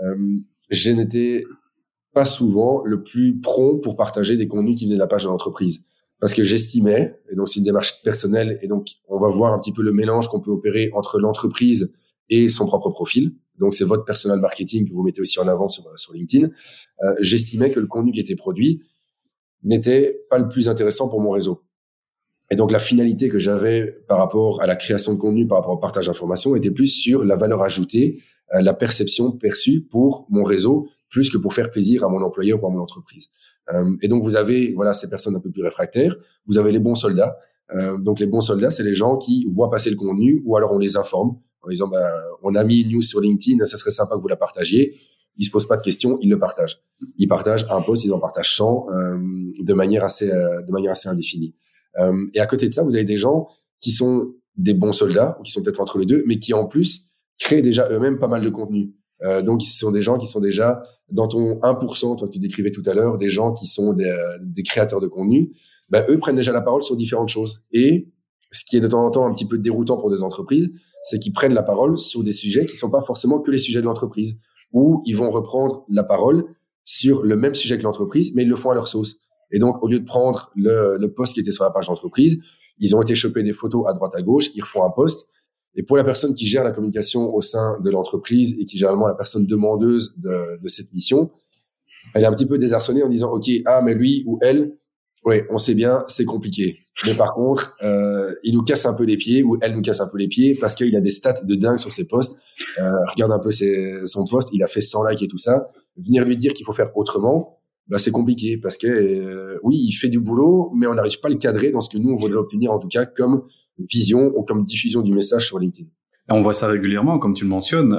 je n'étais pas souvent le plus prompt pour partager des contenus qui venaient de la page de l'entreprise. Parce que j'estimais, et donc c'est une démarche personnelle, et donc on va voir un petit peu le mélange qu'on peut opérer entre l'entreprise et son propre profil. Donc, c'est votre personal marketing que vous mettez aussi en avant sur LinkedIn. J'estimais que le contenu qui était produit n'était pas le plus intéressant pour mon réseau. Et donc, la finalité que j'avais par rapport à la création de contenu, par rapport au partage d'informations, était plus sur la valeur ajoutée, la perception perçue pour mon réseau, plus que pour faire plaisir à mon employeur ou à mon entreprise. Et donc, vous avez ces personnes un peu plus réfractaires. Vous avez les bons soldats. Donc, les bons soldats, c'est les gens qui voient passer le contenu ou alors on les informe en disant on a mis une news sur LinkedIn, ça serait sympa que vous la partagiez. Ils se posent pas de questions, ils le partagent. Ils partagent un post, ils en partagent 100 de manière assez indéfinie. Et à côté de ça, vous avez des gens qui sont des bons soldats, qui sont peut-être entre les deux, mais qui en plus créent déjà eux-mêmes pas mal de contenu. Donc ce sont des gens qui sont déjà dans ton 1%, toi que tu décrivais tout à l'heure, des gens qui sont des créateurs de contenu. Eux prennent déjà la parole sur différentes choses. Et ce qui est de temps en temps un petit peu déroutant pour des entreprises, c'est qu'ils prennent la parole sur des sujets qui sont pas forcément que les sujets de l'entreprise, où ils vont reprendre la parole sur le même sujet que l'entreprise, mais ils le font à leur sauce. Et donc, au lieu de prendre le post qui était sur la page d'entreprise, ils ont été choper des photos à droite à gauche, ils refont un post. Et pour la personne qui gère la communication au sein de l'entreprise et qui est généralement la personne demandeuse de cette mission, elle est un petit peu désarçonnée en disant, OK, mais lui ou elle, ouais, on sait bien, c'est compliqué. Mais par contre, il nous casse un peu les pieds ou elle nous casse un peu les pieds parce qu'il a des stats de dingue sur ses posts. Regarde un peu son post, il a fait 100 likes et tout ça. Venir lui dire qu'il faut faire autrement, bah, c'est compliqué parce que oui, il fait du boulot, mais on n'arrive pas à le cadrer dans ce que nous, on voudrait obtenir, en tout cas, comme vision ou comme diffusion du message sur LinkedIn. On voit ça régulièrement, comme tu le mentionnes,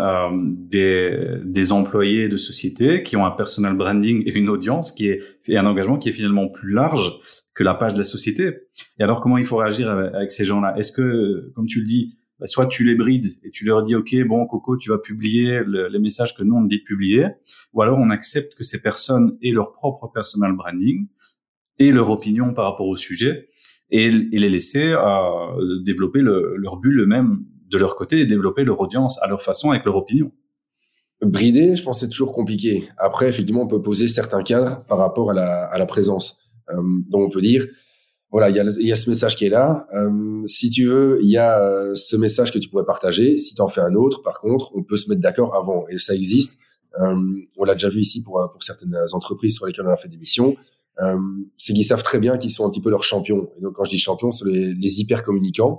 des employés de sociétés qui ont un personal branding et une audience et un engagement qui est finalement plus large que la page de la société. Et alors, comment il faut réagir avec ces gens-là? Est-ce que, comme tu le dis, soit tu les brides et tu leur dis, OK, bon, Coco, tu vas publier les messages que nous, on te dit de publier, ou alors on accepte que ces personnes aient leur propre personal branding et leur opinion par rapport au sujet et les laisser développer leur bulle eux-mêmes de leur côté et développer leur audience à leur façon avec leur opinion. Brider, je pense que c'est toujours compliqué. Après, effectivement, on peut poser certains cadres par rapport à la présence. Donc, on peut dire, voilà, il y a ce message qui est là. Si tu veux, il y a ce message que tu pourrais partager. Si tu en fais un autre, par contre, on peut se mettre d'accord avant. Et ça existe. On l'a déjà vu ici pour certaines entreprises sur lesquelles on a fait des missions. C'est qu'ils savent très bien qu'ils sont un petit peu leurs champions. Et donc, quand je dis champions, c'est les hyper communicants.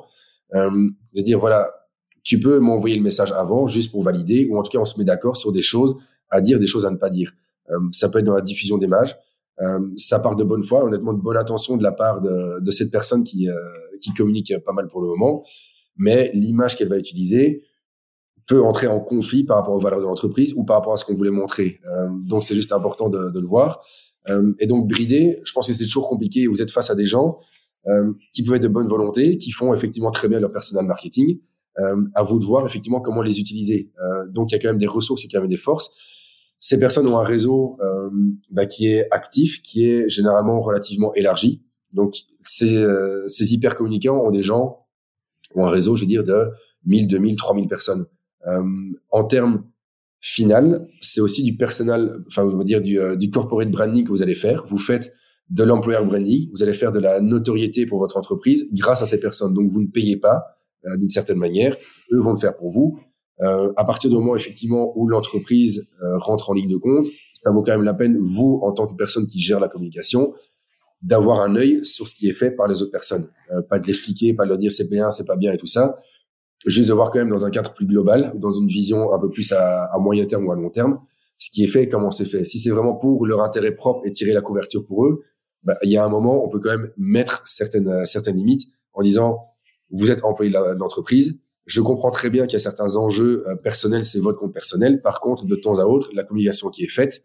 De dire, voilà, tu peux m'envoyer le message avant juste pour valider, ou en tout cas on se met d'accord sur des choses à dire, des choses à ne pas dire. Ça peut être dans la diffusion d'images, ça part de bonne foi, honnêtement de bonne intention de la part de cette personne qui communique pas mal pour le moment, mais l'image qu'elle va utiliser peut entrer en conflit par rapport aux valeurs de l'entreprise ou par rapport à ce qu'on voulait montrer. Donc c'est juste important de le voir. Et donc brider, je pense que c'est toujours compliqué. Vous êtes face à des gens qui peuvent être de bonne volonté, qui font effectivement très bien leur personal marketing. À vous de voir effectivement comment les utiliser. Donc il y a quand même des ressources, il y a quand même des forces. Ces personnes ont un réseau qui est actif, qui est généralement relativement élargi. Donc ces hyper communicants ont des gens, ont un réseau, je veux dire, de 1000, 2000, 3000 personnes. En termes final, c'est aussi du personal, enfin on va dire du corporate branding que vous allez faire. Vous faites de l'employer branding, vous allez faire de la notoriété pour votre entreprise grâce à ces personnes. Donc, vous ne payez pas d'une certaine manière. Eux vont le faire pour vous. À partir du moment, effectivement, où l'entreprise rentre en ligne de compte, ça vaut quand même la peine, vous, en tant que personne qui gère la communication, d'avoir un œil sur ce qui est fait par les autres personnes. Pas de les fliquer, pas de leur dire c'est bien, c'est pas bien et tout ça. Juste de voir quand même dans un cadre plus global, dans une vision un peu plus à moyen terme ou à long terme, ce qui est fait et comment c'est fait. Si c'est vraiment pour leur intérêt propre et tirer la couverture pour eux, il y a un moment, on peut quand même mettre certaines limites en disant, vous êtes employé de l'entreprise, je comprends très bien qu'il y a certains enjeux personnels, c'est votre compte personnel. Par contre, de temps à autre, la communication qui est faite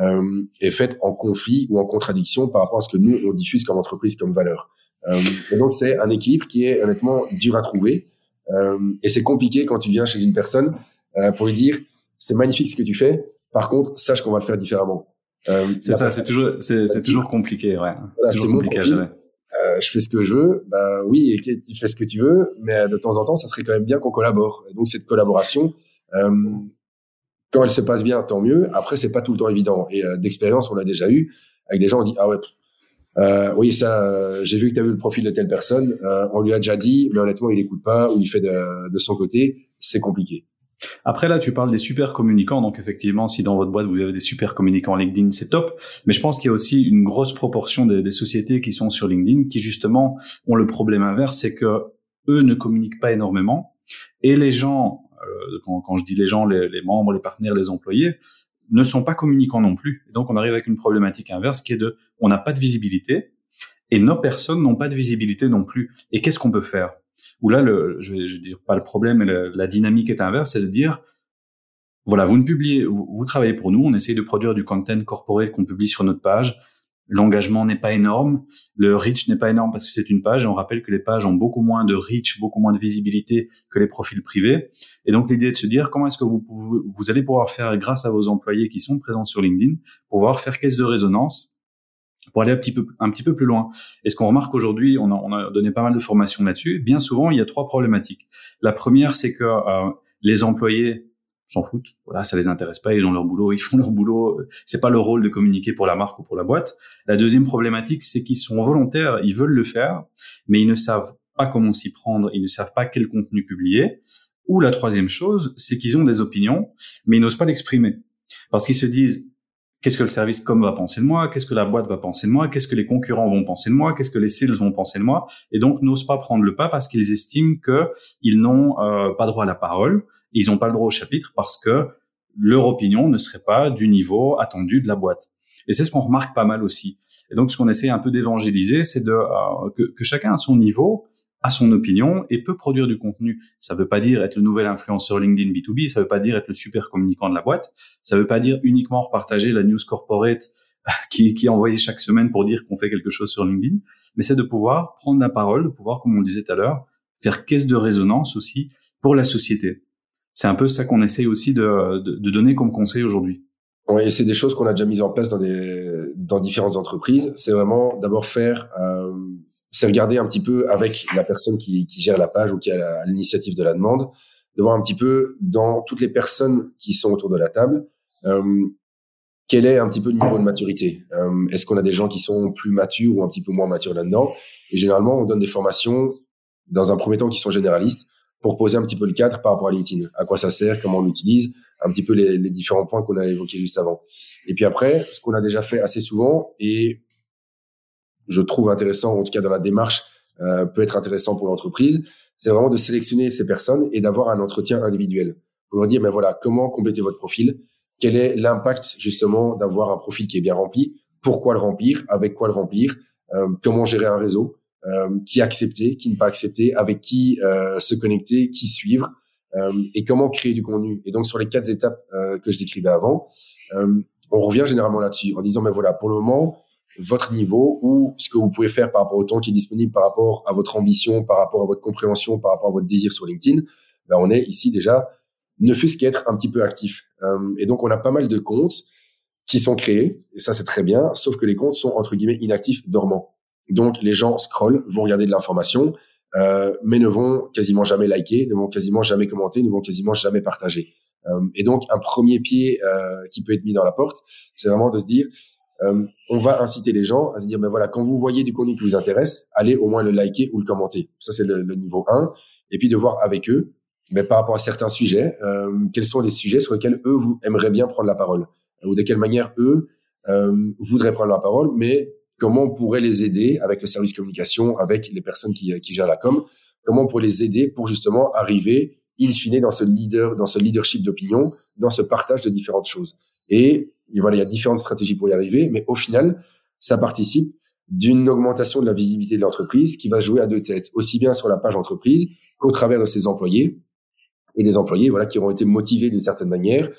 en conflit ou en contradiction par rapport à ce que nous, on diffuse comme entreprise, comme valeur. Et donc, c'est un équilibre qui est honnêtement dur à trouver. Et c'est compliqué quand tu viens chez une personne pour lui dire, c'est magnifique ce que tu fais, par contre, sache qu'on va le faire différemment. C'est ça, c'est toujours compliqué, ouais. C'est toujours compliqué à gérer. Je fais ce que je veux, oui, et tu fais ce que tu veux, mais de temps en temps, ça serait quand même bien qu'on collabore. Et donc cette collaboration, quand elle se passe bien, tant mieux. Après, c'est pas tout le temps évident. Et d'expérience, on l'a déjà eu avec des gens. On dit ah ouais, oui ça, j'ai vu que tu as vu le profil de telle personne. On lui a déjà dit, mais honnêtement, il écoute pas ou il fait de son côté. C'est compliqué. Après, là, tu parles des super communicants. Donc, effectivement, si dans votre boîte, vous avez des super communicants LinkedIn, c'est top. Mais je pense qu'il y a aussi une grosse proportion des sociétés qui sont sur LinkedIn qui, justement, ont le problème inverse, c'est que eux ne communiquent pas énormément. Et les gens, quand je dis les gens, les membres, les partenaires, les employés, ne sont pas communicants non plus. Et donc, on arrive avec une problématique inverse qui est on n'a pas de visibilité et nos personnes n'ont pas de visibilité non plus. Et qu'est-ce qu'on peut faire? Où là, je vais dire pas le problème, mais la dynamique est inverse, c'est de dire, voilà, vous travaillez pour nous, on essaye de produire du content corporate qu'on publie sur notre page. L'engagement n'est pas énorme, le reach n'est pas énorme parce que c'est une page, et on rappelle que les pages ont beaucoup moins de reach, beaucoup moins de visibilité que les profils privés. Et donc, l'idée est de se dire, comment est-ce que vous allez pouvoir faire, grâce à vos employés qui sont présents sur LinkedIn, pouvoir faire caisse de résonance pour aller un petit peu plus loin. Et ce qu'on remarque aujourd'hui, on a donné pas mal de formations là-dessus. Bien souvent, il y a 3 problématiques. La première, c'est que les employés s'en foutent. Voilà, ça les intéresse pas. Ils ont leur boulot, ils font leur boulot. C'est pas leur rôle de communiquer pour la marque ou pour la boîte. La deuxième problématique, c'est qu'ils sont volontaires, ils veulent le faire, mais ils ne savent pas comment s'y prendre, ils ne savent pas quel contenu publier. Ou la troisième chose, c'est qu'ils ont des opinions, mais ils n'osent pas l'exprimer. Parce qu'ils se disent, qu'est-ce que le service com va penser de moi? Qu'est-ce que la boîte va penser de moi? Qu'est-ce que les concurrents vont penser de moi? Qu'est-ce que les sales vont penser de moi? Et donc, n'osent pas prendre le pas parce qu'ils estiment qu'ils n'ont pas droit à la parole. Ils n'ont pas le droit au chapitre parce que leur opinion ne serait pas du niveau attendu de la boîte. Et c'est ce qu'on remarque pas mal aussi. Et donc, ce qu'on essaie un peu d'évangéliser, c'est que chacun à son niveau a son opinion et peut produire du contenu. Ça veut pas dire être le nouvel influenceur LinkedIn B2B, ça veut pas dire être le super communicant de la boîte, ça veut pas dire uniquement repartager la news corporate qui est envoyée chaque semaine pour dire qu'on fait quelque chose sur LinkedIn, mais c'est de pouvoir prendre la parole, de pouvoir, comme on le disait tout à l'heure, faire caisse de résonance aussi pour la société. C'est un peu ça qu'on essaye aussi de donner comme conseil aujourd'hui. Oui, et c'est des choses qu'on a déjà mises en place dans différentes entreprises. C'est vraiment d'abord c'est regarder un petit peu avec la personne qui gère la page ou qui a l'initiative de la demande, de voir un petit peu dans toutes les personnes qui sont autour de la table, quel est un petit peu le niveau de maturité. Est-ce qu'on a des gens qui sont plus matures ou un petit peu moins matures là-dedans? Et généralement, on donne des formations dans un premier temps qui sont généralistes pour poser un petit peu le cadre par rapport à LinkedIn. À quoi ça sert, comment on l'utilise, un petit peu les différents points qu'on a évoqués juste avant. Et puis après, ce qu'on a déjà fait assez souvent et je trouve intéressant, en tout cas dans la démarche, peut être intéressant pour l'entreprise, c'est vraiment de sélectionner ces personnes et d'avoir un entretien individuel pour leur dire, mais voilà, comment compléter votre profil, quel est l'impact justement d'avoir un profil qui est bien rempli, pourquoi le remplir, avec quoi le remplir, comment gérer un réseau, qui accepter, qui ne pas accepter, avec qui se connecter, qui suivre, et comment créer du contenu. Et donc sur les 4 étapes que je décrivais avant, on revient généralement là-dessus en disant, mais voilà, pour le moment, votre niveau ou ce que vous pouvez faire par rapport au temps qui est disponible, par rapport à votre ambition, par rapport à votre compréhension, par rapport à votre désir sur LinkedIn, ben on est ici déjà, ne fût-ce qu'être un petit peu actif. Et donc, on a pas mal de comptes qui sont créés, et ça, c'est très bien, sauf que les comptes sont, entre guillemets, inactifs, dormants. Donc, les gens scrollent, vont regarder de l'information, mais ne vont quasiment jamais liker, ne vont quasiment jamais commenter, ne vont quasiment jamais partager. Et donc, un premier pied qui peut être mis dans la porte, c'est vraiment de se dire, on va inciter les gens à se dire, ben voilà, quand vous voyez du contenu qui vous intéresse, allez au moins le liker ou le commenter. Ça, c'est le niveau 1. Et puis de voir avec eux, ben, par rapport à certains sujets, quels sont les sujets sur lesquels eux, vous aimeriez bien prendre la parole, ou de quelle manière eux voudraient prendre la parole, mais comment on pourrait les aider avec le service communication, avec les personnes qui gèrent la com, comment on pourrait les aider pour justement arriver in fine dans ce leadership d'opinion, dans ce partage de différentes choses. Et voilà, il y a différentes stratégies pour y arriver, mais au final, ça participe d'une augmentation de la visibilité de l'entreprise qui va jouer à 2 têtes, aussi bien sur la page entreprise qu'au travers de ses employés et des employés, voilà, qui auront été motivés d'une certaine manière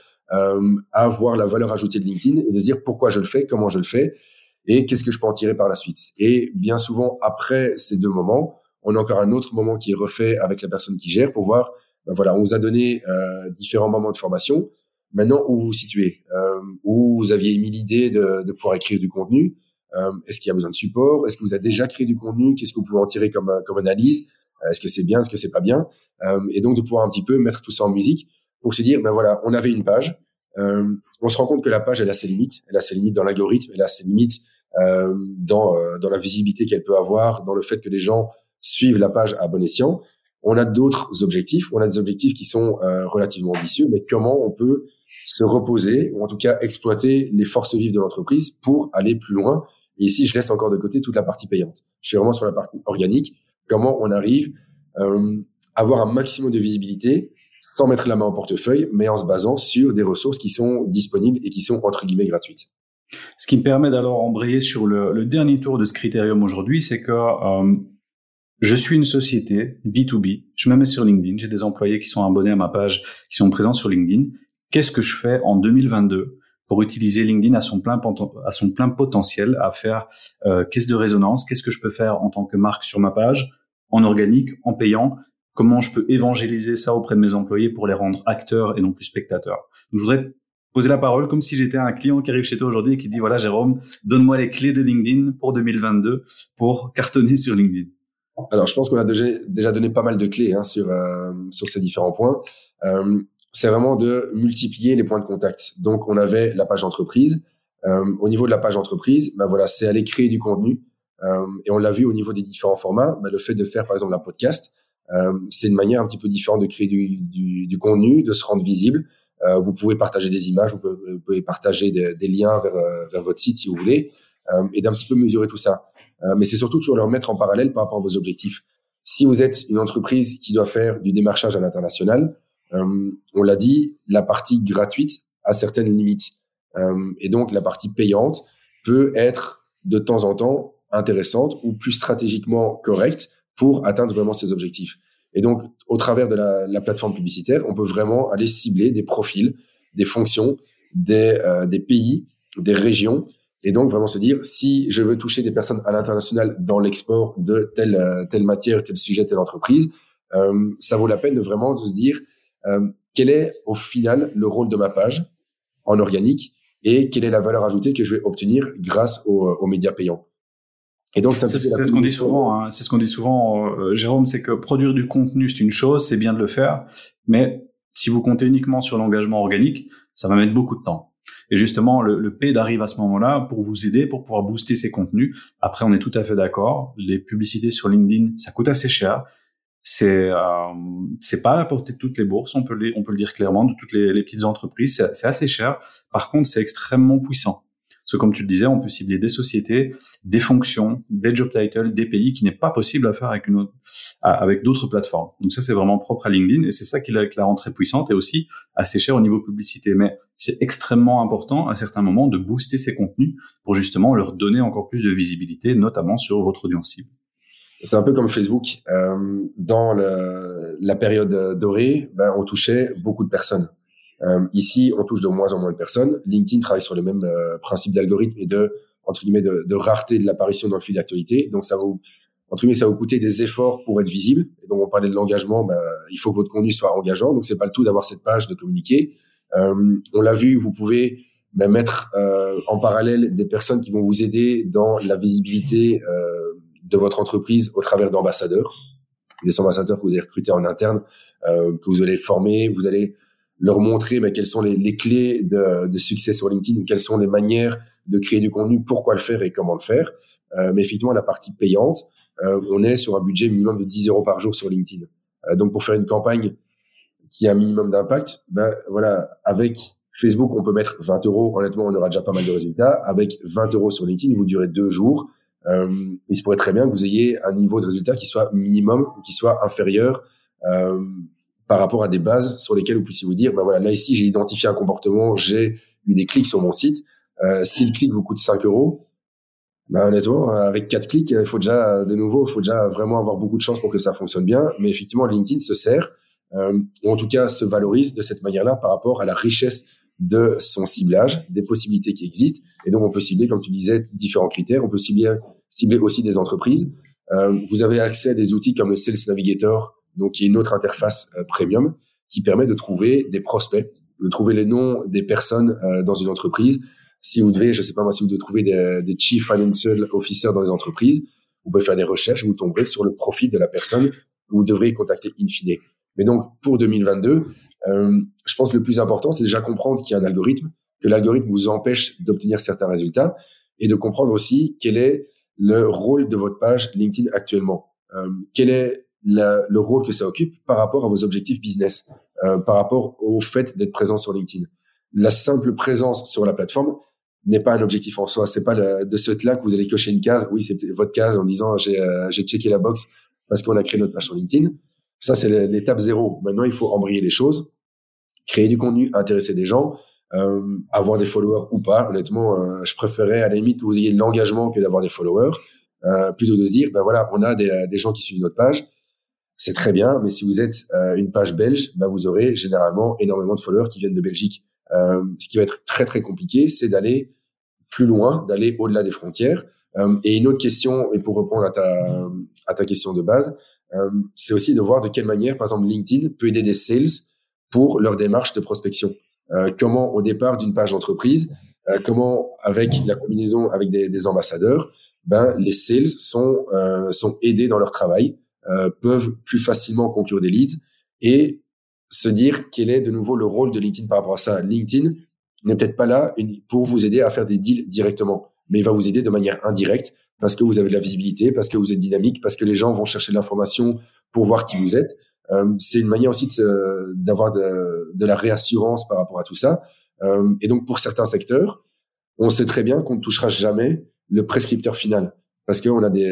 à voir la valeur ajoutée de LinkedIn et de dire pourquoi je le fais, comment je le fais et qu'est-ce que je peux en tirer par la suite. Et bien souvent, après ces 2 moments, on a encore un autre moment qui est refait avec la personne qui gère pour voir, ben voilà, on vous a donné différents moments de formation. Maintenant, où vous vous situez, où vous aviez émis l'idée de pouvoir écrire du contenu, est-ce qu'il y a besoin de support, est-ce que vous avez déjà créé du contenu, qu'est-ce que vous pouvez en tirer comme analyse, est-ce que c'est bien, est-ce que c'est pas bien, et donc de pouvoir un petit peu mettre tout ça en musique pour se dire, ben voilà, on avait une page, on se rend compte que la page, elle a ses limites dans l'algorithme, elle a ses limites dans la visibilité qu'elle peut avoir, dans le fait que les gens suivent la page à bon escient. On a d'autres objectifs, on a des objectifs qui sont relativement ambitieux, mais comment on peut se reposer, ou en tout cas exploiter les forces vives de l'entreprise pour aller plus loin. Et ici, je laisse encore de côté toute la partie payante. Je suis vraiment sur la partie organique. Comment on arrive à avoir un maximum de visibilité sans mettre la main au portefeuille, mais en se basant sur des ressources qui sont disponibles et qui sont entre guillemets gratuites. Ce qui me permet d'alors embrayer sur le dernier tour de ce critérium aujourd'hui, c'est que je suis une société B2B, je me mets sur LinkedIn, j'ai des employés qui sont abonnés à ma page, qui sont présents sur LinkedIn. Qu'est-ce que je fais en 2022 pour utiliser LinkedIn à son plein potentiel, à faire caisse de résonance? Qu'est-ce que je peux faire en tant que marque sur ma page, en organique, en payant? Comment je peux évangéliser ça auprès de mes employés pour les rendre acteurs et non plus spectateurs? Donc, je voudrais poser la parole comme si j'étais un client qui arrive chez toi aujourd'hui et qui dit, voilà, Jérôme, donne-moi les clés de LinkedIn pour 2022 pour cartonner sur LinkedIn. Alors, je pense qu'on a déjà donné pas mal de clés sur ces différents points. C'est vraiment de multiplier les points de contact. Donc, on avait la page entreprise. Au niveau de la page entreprise, ben voilà, c'est aller créer du contenu. Et on l'a vu au niveau des différents formats. Ben, le fait de faire, par exemple, un podcast, c'est une manière un petit peu différente de créer du contenu, de se rendre visible. Vous pouvez partager des images, vous pouvez partager des liens vers votre site si vous voulez, et d'un petit peu mesurer tout ça. Mais c'est surtout toujours le remettre en parallèle par rapport à vos objectifs. Si vous êtes une entreprise qui doit faire du démarchage à l'international, on l'a dit, la partie gratuite a certaines limites. Et donc, la partie payante peut être de temps en temps intéressante ou plus stratégiquement correcte pour atteindre vraiment ses objectifs. Et donc, au travers de la plateforme publicitaire, on peut vraiment aller cibler des profils, des fonctions, des pays, des régions. Et donc, vraiment se dire, si je veux toucher des personnes à l'international dans l'export de telle matière, tel sujet, telle entreprise, ça vaut la peine de vraiment se dire quel est au final le rôle de ma page en organique et quelle est la valeur ajoutée que je vais obtenir grâce aux médias payants. Et donc, c'est ce qu'on dit souvent. Hein, c'est ce qu'on dit souvent, Jérôme, c'est que produire du contenu, c'est une chose, c'est bien de le faire, mais si vous comptez uniquement sur l'engagement organique, ça va mettre beaucoup de temps. Et justement, le paid arrive à ce moment-là pour vous aider, pour pouvoir booster ces contenus. Après, on est tout à fait d'accord. Les publicités sur LinkedIn, ça coûte assez cher. C'est pas à la portée de toutes les bourses, on peut le dire clairement, de toutes les petites entreprises, c'est assez cher. Par contre, c'est extrêmement puissant. Parce que comme tu le disais, on peut cibler des sociétés, des fonctions, des job titles, des pays qui n'est pas possible à faire avec d'autres plateformes. Donc ça, c'est vraiment propre à LinkedIn et c'est ça qui la rend très puissante et aussi assez cher au niveau publicité. Mais c'est extrêmement important à certains moments de booster ces contenus pour justement leur donner encore plus de visibilité, notamment sur votre audience cible. C'est un peu comme Facebook. Dans la période dorée, on touchait beaucoup de personnes. Ici, on touche de moins en moins de personnes. LinkedIn travaille sur le même principe d'algorithme et entre guillemets, de rareté de l'apparition dans le fil d'actualité. Donc, ça va vous coûter des efforts pour être visible. Et donc, on parlait de l'engagement. Il faut que votre contenu soit engageant. Donc, c'est pas le tout d'avoir cette page de communiquer. On l'a vu, vous pouvez mettre en parallèle des personnes qui vont vous aider dans la visibilité de votre entreprise au travers d'ambassadeurs, des ambassadeurs que vous allez recruter en interne, que vous allez former, vous allez leur montrer quelles sont les clés de succès sur LinkedIn, ou quelles sont les manières de créer du contenu, pourquoi le faire et comment le faire. Mais effectivement, la partie payante, on est sur un budget minimum de 10 € par jour sur LinkedIn. Donc, pour faire une campagne qui a un minimum d'impact, voilà, avec Facebook, on peut mettre 20 €. Honnêtement, on aura déjà pas mal de résultats. Avec 20 € sur LinkedIn, vous durez 2 jours. Il se pourrait très bien que vous ayez un niveau de résultat qui soit minimum ou qui soit inférieur par rapport à des bases sur lesquelles vous puissiez vous dire, voilà, là ici j'ai identifié un comportement, j'ai eu des clics sur mon site. Si le clic vous coûte 5 €, honnêtement, avec 4 clics, il faut déjà vraiment avoir beaucoup de chance pour que ça fonctionne bien. Mais effectivement, LinkedIn se sert, ou en tout cas se valorise de cette manière-là par rapport à la richesse de son ciblage, des possibilités qui existent. Et donc, on peut cibler, comme tu disais, différents critères. On peut cibler aussi des entreprises. Vous avez accès à des outils comme le Sales Navigator, donc qui est une autre interface premium qui permet de trouver des prospects, de trouver les noms des personnes dans une entreprise. Si vous devez, je sais pas moi, si vous devez trouver des Chief Financial Officers dans les entreprises, vous pouvez faire des recherches, vous tomberez sur le profil de la personne que vous devrez contacter in fine. Mais donc, pour 2022, je pense que le plus important, c'est déjà comprendre qu'il y a un algorithme, que l'algorithme vous empêche d'obtenir certains résultats et de comprendre aussi quel est le rôle de votre page LinkedIn actuellement. Quel est le rôle que ça occupe par rapport à vos objectifs business, par rapport au fait d'être présent sur LinkedIn. La simple présence sur la plateforme n'est pas un objectif en soi. C'est pas de ce fait-là que vous allez cocher une case. Oui, c'est votre case en disant j'ai checké la box parce qu'on a créé notre page sur LinkedIn. Ça, c'est l'étape 0. Maintenant, il faut embrayer les choses, créer du contenu, intéresser des gens, avoir des followers ou pas. Honnêtement, je préférais à la limite que vous ayez de l'engagement que d'avoir des followers, plutôt de se dire, voilà, on a des gens qui suivent notre page. C'est très bien, mais si vous êtes une page belge, vous aurez généralement énormément de followers qui viennent de Belgique. Ce qui va être très, très compliqué, c'est d'aller plus loin, d'aller au-delà des frontières. Et une autre question, et pour répondre à ta question de base, c'est aussi de voir de quelle manière, par exemple, LinkedIn peut aider des sales pour leur démarche de prospection. Comment, au départ d'une page d'entreprise, comment, avec la combinaison avec des ambassadeurs, les sales sont aidés dans leur travail, peuvent plus facilement conclure des leads et se dire quel est de nouveau le rôle de LinkedIn par rapport à ça. LinkedIn n'est peut-être pas là pour vous aider à faire des deals directement, mais il va vous aider de manière indirecte parce que vous avez de la visibilité, parce que vous êtes dynamique, parce que les gens vont chercher de l'information pour voir qui vous êtes. C'est une manière aussi d'avoir de la réassurance par rapport à tout ça. Et donc, pour certains secteurs, on sait très bien qu'on ne touchera jamais le prescripteur final parce qu'on a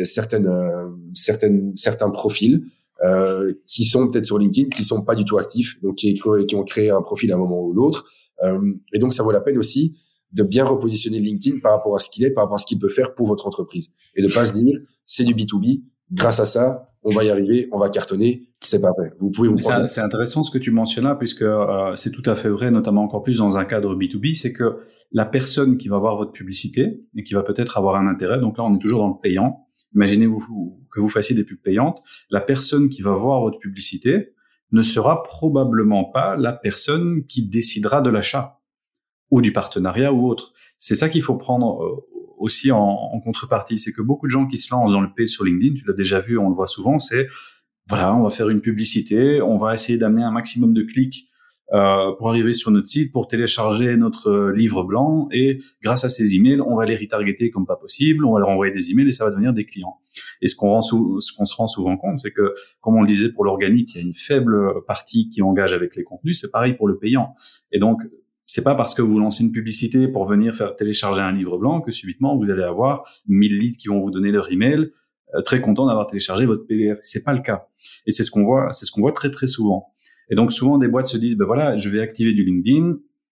certains profils qui sont peut-être sur LinkedIn, qui sont pas du tout actifs, donc qui ont créé un profil à un moment ou l'autre. Et donc, ça vaut la peine aussi de bien repositionner LinkedIn par rapport à ce qu'il est, par rapport à ce qu'il peut faire pour votre entreprise. Et de pas se dire, c'est du B2B, grâce à ça, on va y arriver, on va cartonner, c'est pas vrai. Vous pouvez vous prendre... C'est intéressant ce que tu mentionnes là, puisque c'est tout à fait vrai, notamment encore plus dans un cadre B2B, c'est que la personne qui va voir votre publicité et qui va peut-être avoir un intérêt, donc là on est toujours dans le payant, imaginez-vous que vous fassiez des pubs payantes, la personne qui va voir votre publicité ne sera probablement pas la personne qui décidera de l'achat ou du partenariat ou autre. C'est ça qu'il faut prendre aussi en contrepartie, c'est que beaucoup de gens qui se lancent dans le paid sur LinkedIn, tu l'as déjà vu, on le voit souvent, c'est voilà, on va faire une publicité, on va essayer d'amener un maximum de clics pour arriver sur notre site, pour télécharger notre livre blanc, et grâce à ces emails, on va les retargeter comme pas possible, on va leur envoyer des emails et ça va devenir des clients. Et ce qu'on se rend souvent compte, c'est que, comme on le disait pour l'organique, il y a une faible partie qui engage avec les contenus, c'est pareil pour le payant. Et donc, c'est pas parce que vous lancez une publicité pour venir faire télécharger un livre blanc que subitement vous allez avoir 1000 leads qui vont vous donner leur email, très content d'avoir téléchargé votre PDF. C'est pas le cas. Et c'est ce qu'on voit très très souvent. Et donc souvent des boîtes se disent ben voilà, je vais activer du LinkedIn,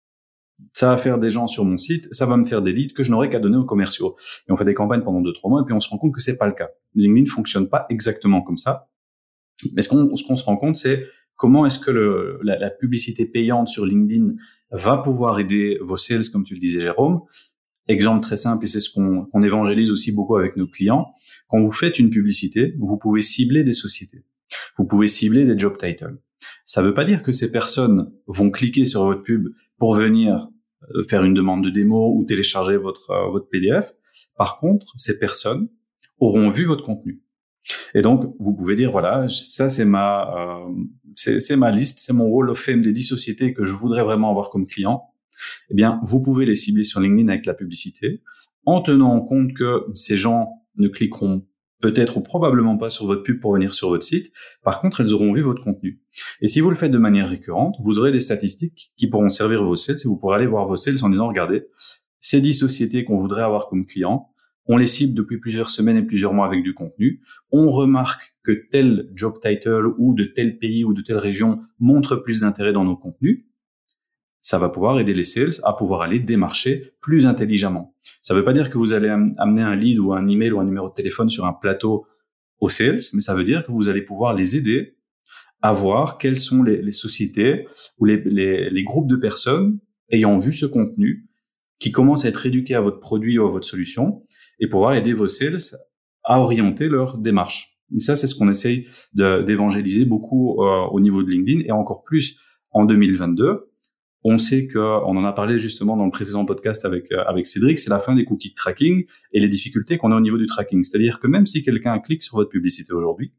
ça va faire des gens sur mon site, ça va me faire des leads que je n'aurai qu'à donner aux commerciaux. Et on fait des campagnes pendant 2-3 mois et puis on se rend compte que c'est pas le cas. LinkedIn fonctionne pas exactement comme ça. Mais ce qu'on se rend compte, c'est comment est-ce que la publicité payante sur LinkedIn va pouvoir aider vos sales, comme tu le disais Jérôme. Exemple très simple, et c'est ce qu'on évangélise aussi beaucoup avec nos clients. Quand vous faites une publicité, vous pouvez cibler des sociétés. Vous pouvez cibler des job titles. Ça ne veut pas dire que ces personnes vont cliquer sur votre pub pour venir faire une demande de démo ou télécharger votre PDF. Par contre, ces personnes auront vu votre contenu. Et donc, vous pouvez dire, voilà, ça c'est ma liste, c'est mon Hall of Fame des 10 sociétés que je voudrais vraiment avoir comme client. Eh bien, vous pouvez les cibler sur LinkedIn avec la publicité, en tenant en compte que ces gens ne cliqueront peut-être ou probablement pas sur votre pub pour venir sur votre site. Par contre, elles auront vu votre contenu. Et si vous le faites de manière récurrente, vous aurez des statistiques qui pourront servir vos sales et vous pourrez aller voir vos sales en disant, regardez, ces 10 sociétés qu'on voudrait avoir comme clients, on les cible depuis plusieurs semaines et plusieurs mois avec du contenu. On remarque que tel job title ou de tel pays ou de telle région montre plus d'intérêt dans nos contenus. Ça va pouvoir aider les sales à pouvoir aller démarcher plus intelligemment. Ça ne veut pas dire que vous allez amener un lead ou un email ou un numéro de téléphone sur un plateau aux sales, mais ça veut dire que vous allez pouvoir les aider à voir quelles sont les sociétés ou les groupes de personnes ayant vu ce contenu qui commencent à être éduqués à votre produit ou à votre solution et pouvoir aider vos sales à orienter leur démarche. Et ça, c'est ce qu'on essaye d'évangéliser beaucoup au niveau de LinkedIn et encore plus en 2022. On sait que, on en a parlé justement dans le précédent podcast avec Cédric, c'est la fin des cookies de tracking et les difficultés qu'on a au niveau du tracking. C'est-à-dire que même si quelqu'un clique sur votre publicité aujourd'hui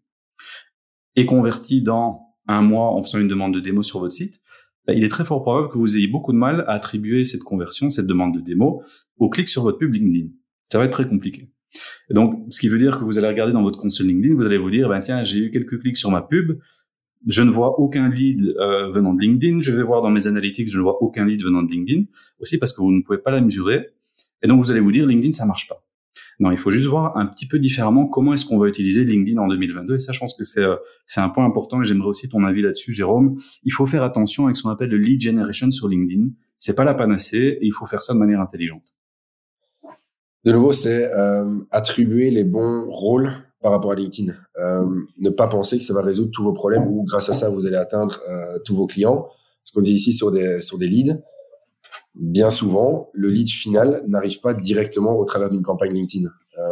et convertit dans un mois en faisant une demande de démo sur votre site, il est très fort probable que vous ayez beaucoup de mal à attribuer cette conversion, cette demande de démo, au clic sur votre pub LinkedIn. Ça va être très compliqué. Et donc, ce qui veut dire que vous allez regarder dans votre console LinkedIn, vous allez vous dire, tiens, j'ai eu quelques clics sur ma pub, je ne vois aucun lead venant de LinkedIn, je vais voir dans mes analytics, je ne vois aucun lead venant de LinkedIn, aussi parce que vous ne pouvez pas la mesurer, et donc vous allez vous dire, LinkedIn, ça marche pas. Non, il faut juste voir un petit peu différemment comment est-ce qu'on va utiliser LinkedIn en 2022, et ça, je pense que c'est un point important, et j'aimerais aussi ton avis là-dessus, Jérôme. Il faut faire attention avec ce qu'on appelle le lead generation sur LinkedIn. C'est pas la panacée, et il faut faire ça de manière intelligente. De nouveau, c'est attribuer les bons rôles par rapport à LinkedIn. Ne pas penser que ça va résoudre tous vos problèmes ou grâce à ça, vous allez atteindre tous vos clients. Ce qu'on dit ici sur des leads, bien souvent, le lead final n'arrive pas directement au travers d'une campagne LinkedIn.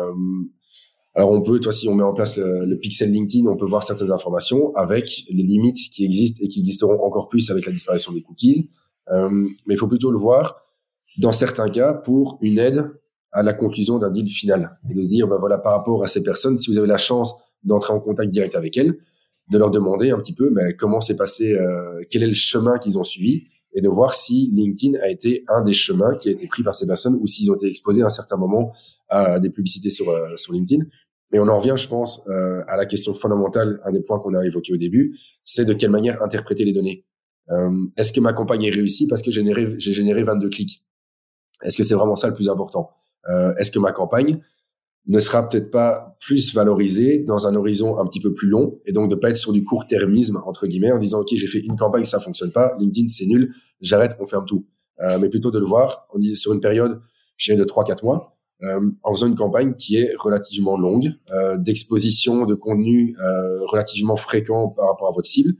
Alors on peut, si on met en place le pixel LinkedIn, on peut voir certaines informations avec les limites qui existent et qui existeront encore plus avec la disparition des cookies. Mais il faut plutôt le voir, dans certains cas, pour une aide à la conclusion d'un deal final. Et de se dire, voilà, par rapport à ces personnes, si vous avez la chance d'entrer en contact direct avec elles, de leur demander un petit peu comment s'est passé, quel est le chemin qu'ils ont suivi, et de voir si LinkedIn a été un des chemins qui a été pris par ces personnes ou s'ils ont été exposés à un certain moment à des publicités sur LinkedIn. Et on en revient, je pense, à la question fondamentale, un des points qu'on a évoqué au début, c'est de quelle manière interpréter les données. Est-ce que ma campagne est réussie parce que j'ai généré 22 clics? Est-ce que c'est vraiment ça le plus important? Est-ce que ma campagne ne sera peut-être pas plus valorisée dans un horizon un petit peu plus long et donc de pas être sur du court-termisme, entre guillemets, en disant, OK, j'ai fait une campagne, ça fonctionne pas, LinkedIn, c'est nul, j'arrête, on ferme tout. mais plutôt de le voir, on disait sur une période, je dirais de 3-4 mois, en faisant une campagne qui est relativement longue, d'exposition de contenu relativement fréquent par rapport à votre cible.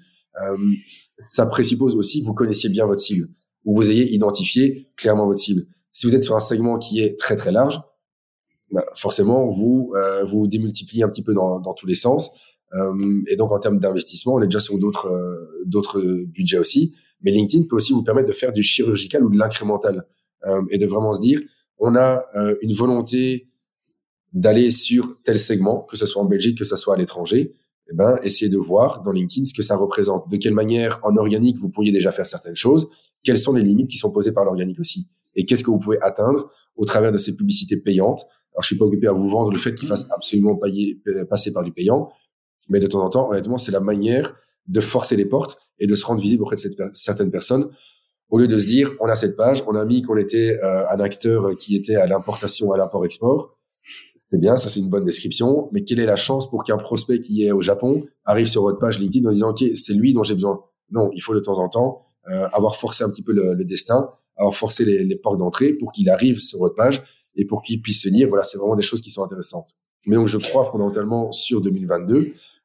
Ça présuppose aussi que vous connaissiez bien votre cible, ou vous ayez identifié clairement votre cible. Si vous êtes sur un segment qui est très très large, forcément vous démultipliez un petit peu dans tous les sens. Et donc en termes d'investissement, on est déjà sur d'autres budgets aussi. Mais LinkedIn peut aussi vous permettre de faire du chirurgical ou de l'incrémental, et de vraiment se dire, on a une volonté d'aller sur tel segment, que ce soit en Belgique, que ce soit à l'étranger. Eh ben, essayez de voir dans LinkedIn ce que ça représente. De quelle manière, en organique, vous pourriez déjà faire certaines choses. Quelles sont les limites qui sont posées par l'organique aussi. Et qu'est-ce que vous pouvez atteindre au travers de ces publicités payantes. Alors, je suis pas occupé à vous vendre le fait qu'il fasse absolument passer par du payant. Mais de temps en temps, honnêtement, c'est la manière de forcer les portes et de se rendre visible auprès de certaines personnes. Au lieu de se dire, on a cette page, on a mis qu'on était un acteur qui était à l'importation, à l'import-export. C'est bien, ça c'est une bonne description, mais quelle est la chance pour qu'un prospect qui est au Japon arrive sur votre page LinkedIn en disant, OK, c'est lui dont j'ai besoin. Non, il faut de temps en temps avoir forcé un petit peu le destin, avoir forcé les portes d'entrée pour qu'il arrive sur votre page et pour qu'il puisse se dire, voilà, c'est vraiment des choses qui sont intéressantes. Mais donc, je crois fondamentalement sur 2022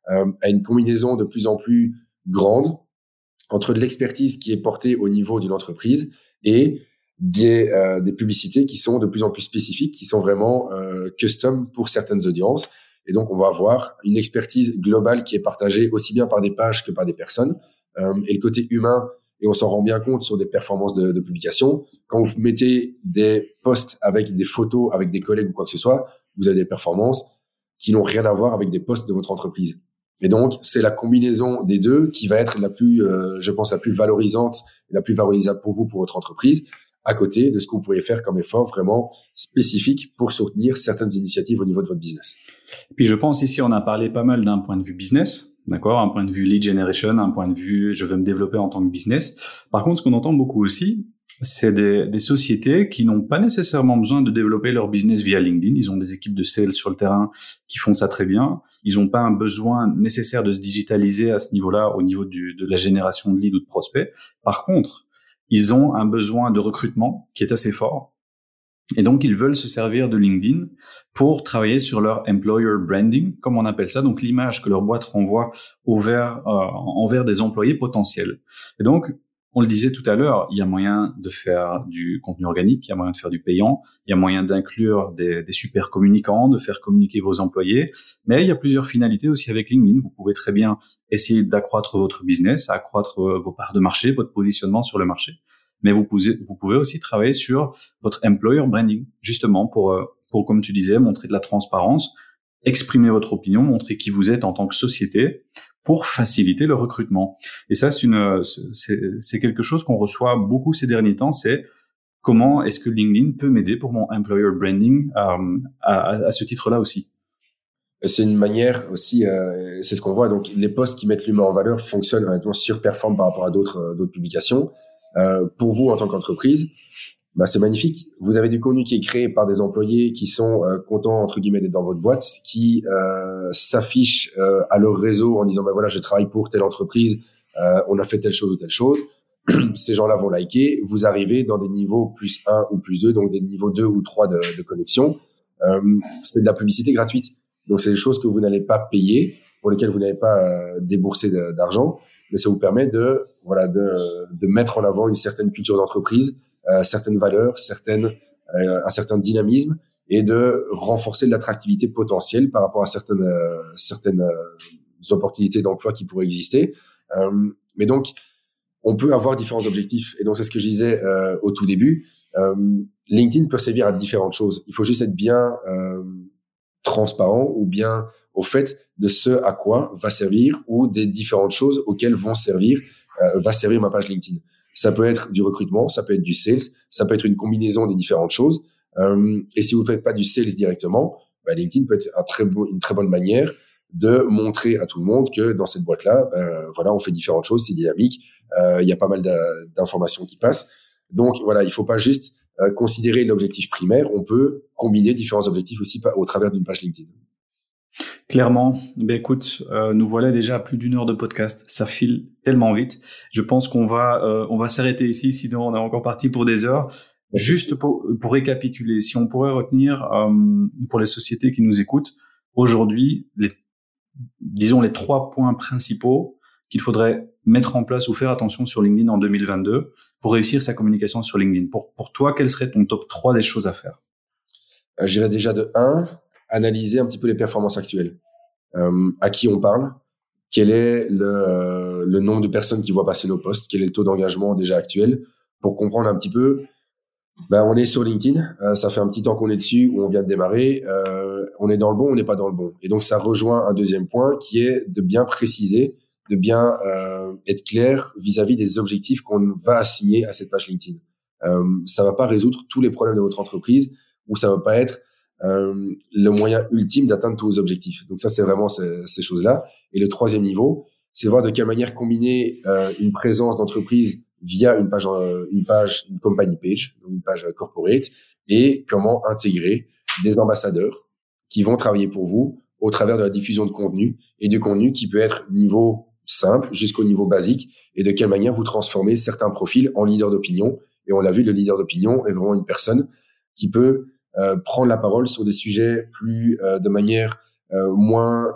à une combinaison de plus en plus grande entre de l'expertise qui est portée au niveau d'une entreprise et des publicités qui sont de plus en plus spécifiques, qui sont vraiment custom pour certaines audiences. Et donc, on va avoir une expertise globale qui est partagée aussi bien par des pages que par des personnes. Et le côté humain, et on s'en rend bien compte sur des performances de publication, quand vous mettez des posts avec des photos, avec des collègues ou quoi que ce soit, vous avez des performances qui n'ont rien à voir avec des posts de votre entreprise. Et donc, c'est la combinaison des deux qui va être la plus, je pense, la plus valorisante et la plus valorisable pour vous, pour votre entreprise, à côté de ce que vous pourriez faire comme effort vraiment spécifique pour soutenir certaines initiatives au niveau de votre business. Et puis, je pense ici, on a parlé pas mal d'un point de vue business, d'accord, un point de vue lead generation, un point de vue je veux me développer en tant que business. Par contre, ce qu'on entend beaucoup aussi, c'est des sociétés qui n'ont pas nécessairement besoin de développer leur business via LinkedIn. Ils ont des équipes de sales sur le terrain qui font ça très bien. Ils n'ont pas un besoin nécessaire de se digitaliser à ce niveau-là, au niveau de la génération de leads ou de prospects. Par contre, ils ont un besoin de recrutement qui est assez fort. Et donc, ils veulent se servir de LinkedIn pour travailler sur leur employer branding, comme on appelle ça, donc l'image que leur boîte renvoie envers des employés potentiels. Et donc, on le disait tout à l'heure, il y a moyen de faire du contenu organique, il y a moyen de faire du payant, il y a moyen d'inclure des super communicants, de faire communiquer vos employés, mais il y a plusieurs finalités aussi avec LinkedIn. Vous pouvez très bien essayer d'accroître votre business, accroître vos parts de marché, votre positionnement sur le marché, mais vous pouvez aussi travailler sur votre employer branding, justement pour comme tu disais, montrer de la transparence, exprimer votre opinion, montrer qui vous êtes en tant que société, pour faciliter le recrutement. Et ça, c'est quelque chose qu'on reçoit beaucoup ces derniers temps, c'est comment est-ce que LinkedIn peut m'aider pour mon employer branding à ce titre-là aussi. C'est une manière aussi, c'est ce qu'on voit, donc les posts qui mettent l'humain en valeur fonctionnent, honnêtement, surperforment par rapport à d'autres publications. Pour vous, en tant qu'entreprise, c'est magnifique. Vous avez du contenu qui est créé par des employés qui sont contents, entre guillemets, d'être dans votre boîte, qui s'affichent à leur réseau en disant, voilà, je travaille pour telle entreprise, on a fait telle chose ou telle chose. Ces gens-là vont liker. Vous arrivez dans des niveaux plus 1 ou plus 2, donc des niveaux 2 ou 3 de connexion. C'est de la publicité gratuite. Donc, c'est des choses que vous n'allez pas payer, pour lesquelles vous n'allez pas débourser d'argent, mais ça vous permet de mettre en avant une certaine culture d'entreprise, certaines valeurs, un certain dynamisme, et de renforcer l'attractivité potentielle par rapport à certaines opportunités d'emploi qui pourraient exister. Mais donc, on peut avoir différents objectifs. Et donc, c'est ce que je disais au tout début. LinkedIn peut servir à différentes choses. Il faut juste être bien transparent ou bien au fait de ce à quoi va servir ou des différentes choses auxquelles va servir ma page LinkedIn. Ça peut être du recrutement, ça peut être du sales, ça peut être une combinaison des différentes choses. Et si vous ne faites pas du sales directement, LinkedIn peut être une très bonne manière de montrer à tout le monde que dans cette boîte-là, on fait différentes choses, c'est dynamique, il y a pas mal d'informations qui passent. Donc voilà, il ne faut pas juste considérer l'objectif primaire, on peut combiner différents objectifs aussi au travers d'une page LinkedIn. Clairement, ben écoute, nous voilà déjà à plus d'une heure de podcast. Ça file tellement vite. Je pense on va s'arrêter ici, sinon on est encore parti pour des heures. Juste pour récapituler, si on pourrait retenir pour les sociétés qui nous écoutent aujourd'hui, disons les 3 points principaux qu'il faudrait mettre en place ou faire attention sur LinkedIn en 2022 pour réussir sa communication sur LinkedIn. Pour toi, quel serait ton top 3 des choses à faire? J'irais déjà de 1, analyser un petit peu les performances actuelles. À qui on parle, quel est le nombre de personnes qui voient passer nos posts, quel est le taux d'engagement déjà actuel, pour comprendre un petit peu. On est sur LinkedIn, ça fait un petit temps qu'on est dessus, où on vient de démarrer, on est dans le bon, on n'est pas dans le bon. Et donc ça rejoint un deuxième point qui est de bien préciser, de bien être clair vis-à-vis des objectifs qu'on va assigner à cette page LinkedIn. Ça va pas résoudre tous les problèmes de votre entreprise, ou ça va pas être le moyen ultime d'atteindre tous vos objectifs. Donc ça, c'est vraiment ces choses-là. Et le troisième niveau, c'est voir de quelle manière combiner une présence d'entreprise via une company page, donc une page corporate, et comment intégrer des ambassadeurs qui vont travailler pour vous au travers de la diffusion de contenu, et de contenu qui peut être niveau simple jusqu'au niveau basique, et de quelle manière vous transformez certains profils en leader d'opinion. Et on l'a vu, le leader d'opinion est vraiment une personne qui peut prendre la parole sur des sujets plus de manière moins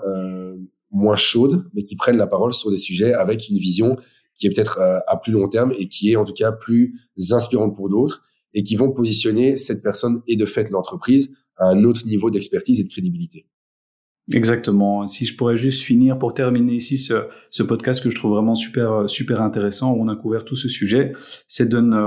chaude, mais qui prennent la parole sur des sujets avec une vision qui est peut-être à plus long terme, et qui est en tout cas plus inspirante pour d'autres, et qui vont positionner cette personne et de fait l'entreprise à un autre niveau d'expertise et de crédibilité. Exactement. Si je pourrais juste finir pour terminer ici ce podcast que je trouve vraiment super intéressant, où on a couvert tout ce sujet, c'est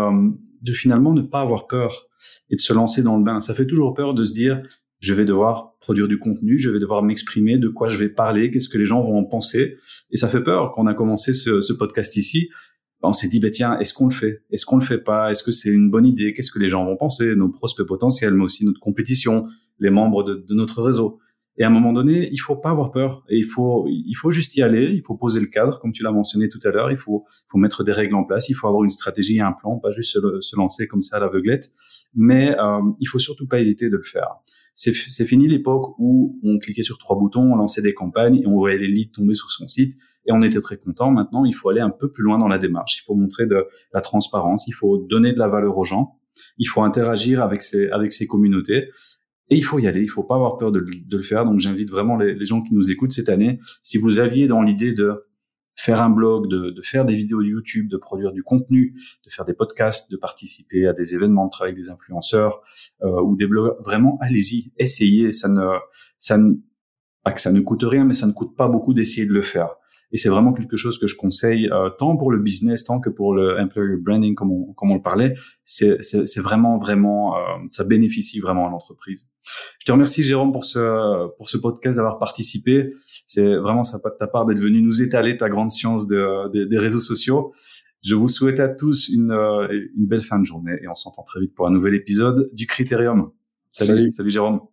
de finalement ne pas avoir peur et de se lancer dans le bain. Ça fait toujours peur de se dire, je vais devoir produire du contenu, je vais devoir m'exprimer, de quoi je vais parler, qu'est-ce que les gens vont en penser. Et ça fait peur. Quand on a commencé ce podcast ici, on s'est dit, tiens, est-ce qu'on le fait? Est-ce qu'on le fait pas? Est-ce que c'est une bonne idée? Qu'est-ce que les gens vont penser? Nos prospects potentiels, mais aussi notre compétition, les membres de notre réseau. Et à un moment donné, il faut pas avoir peur. Et il faut juste y aller. Il faut poser le cadre, comme tu l'as mentionné tout à l'heure. Il faut mettre des règles en place. Il faut avoir une stratégie et un plan, pas juste se lancer comme ça à l'aveuglette. Mais il faut surtout pas hésiter de le faire. C'est fini l'époque où on cliquait sur 3 boutons, on lançait des campagnes et on voyait les leads tomber sur son site et on était très content. Maintenant, il faut aller un peu plus loin dans la démarche. Il faut montrer de la transparence. Il faut donner de la valeur aux gens. Il faut interagir avec ces communautés. Et il faut y aller, il faut pas avoir peur de le faire. Donc j'invite vraiment les gens qui nous écoutent cette année, si vous aviez dans l'idée de faire un blog, de faire des vidéos de YouTube, de produire du contenu, de faire des podcasts, de participer à des événements, de travailler avec des influenceurs ou des blogueurs, vraiment allez-y, essayez. Pas que ça ne coûte rien, mais ça ne coûte pas beaucoup d'essayer de le faire. Et c'est vraiment quelque chose que je conseille, tant pour le business, tant que pour le employer branding, comme on le parlait. C'est vraiment, ça bénéficie vraiment à l'entreprise. Je te remercie, Jérôme, pour ce podcast, d'avoir participé. C'est vraiment sympa de ta part d'être venu nous étaler ta grande science des réseaux sociaux. Je vous souhaite à tous une belle fin de journée et on s'entend très vite pour un nouvel épisode du Critérium. Salut Jérôme.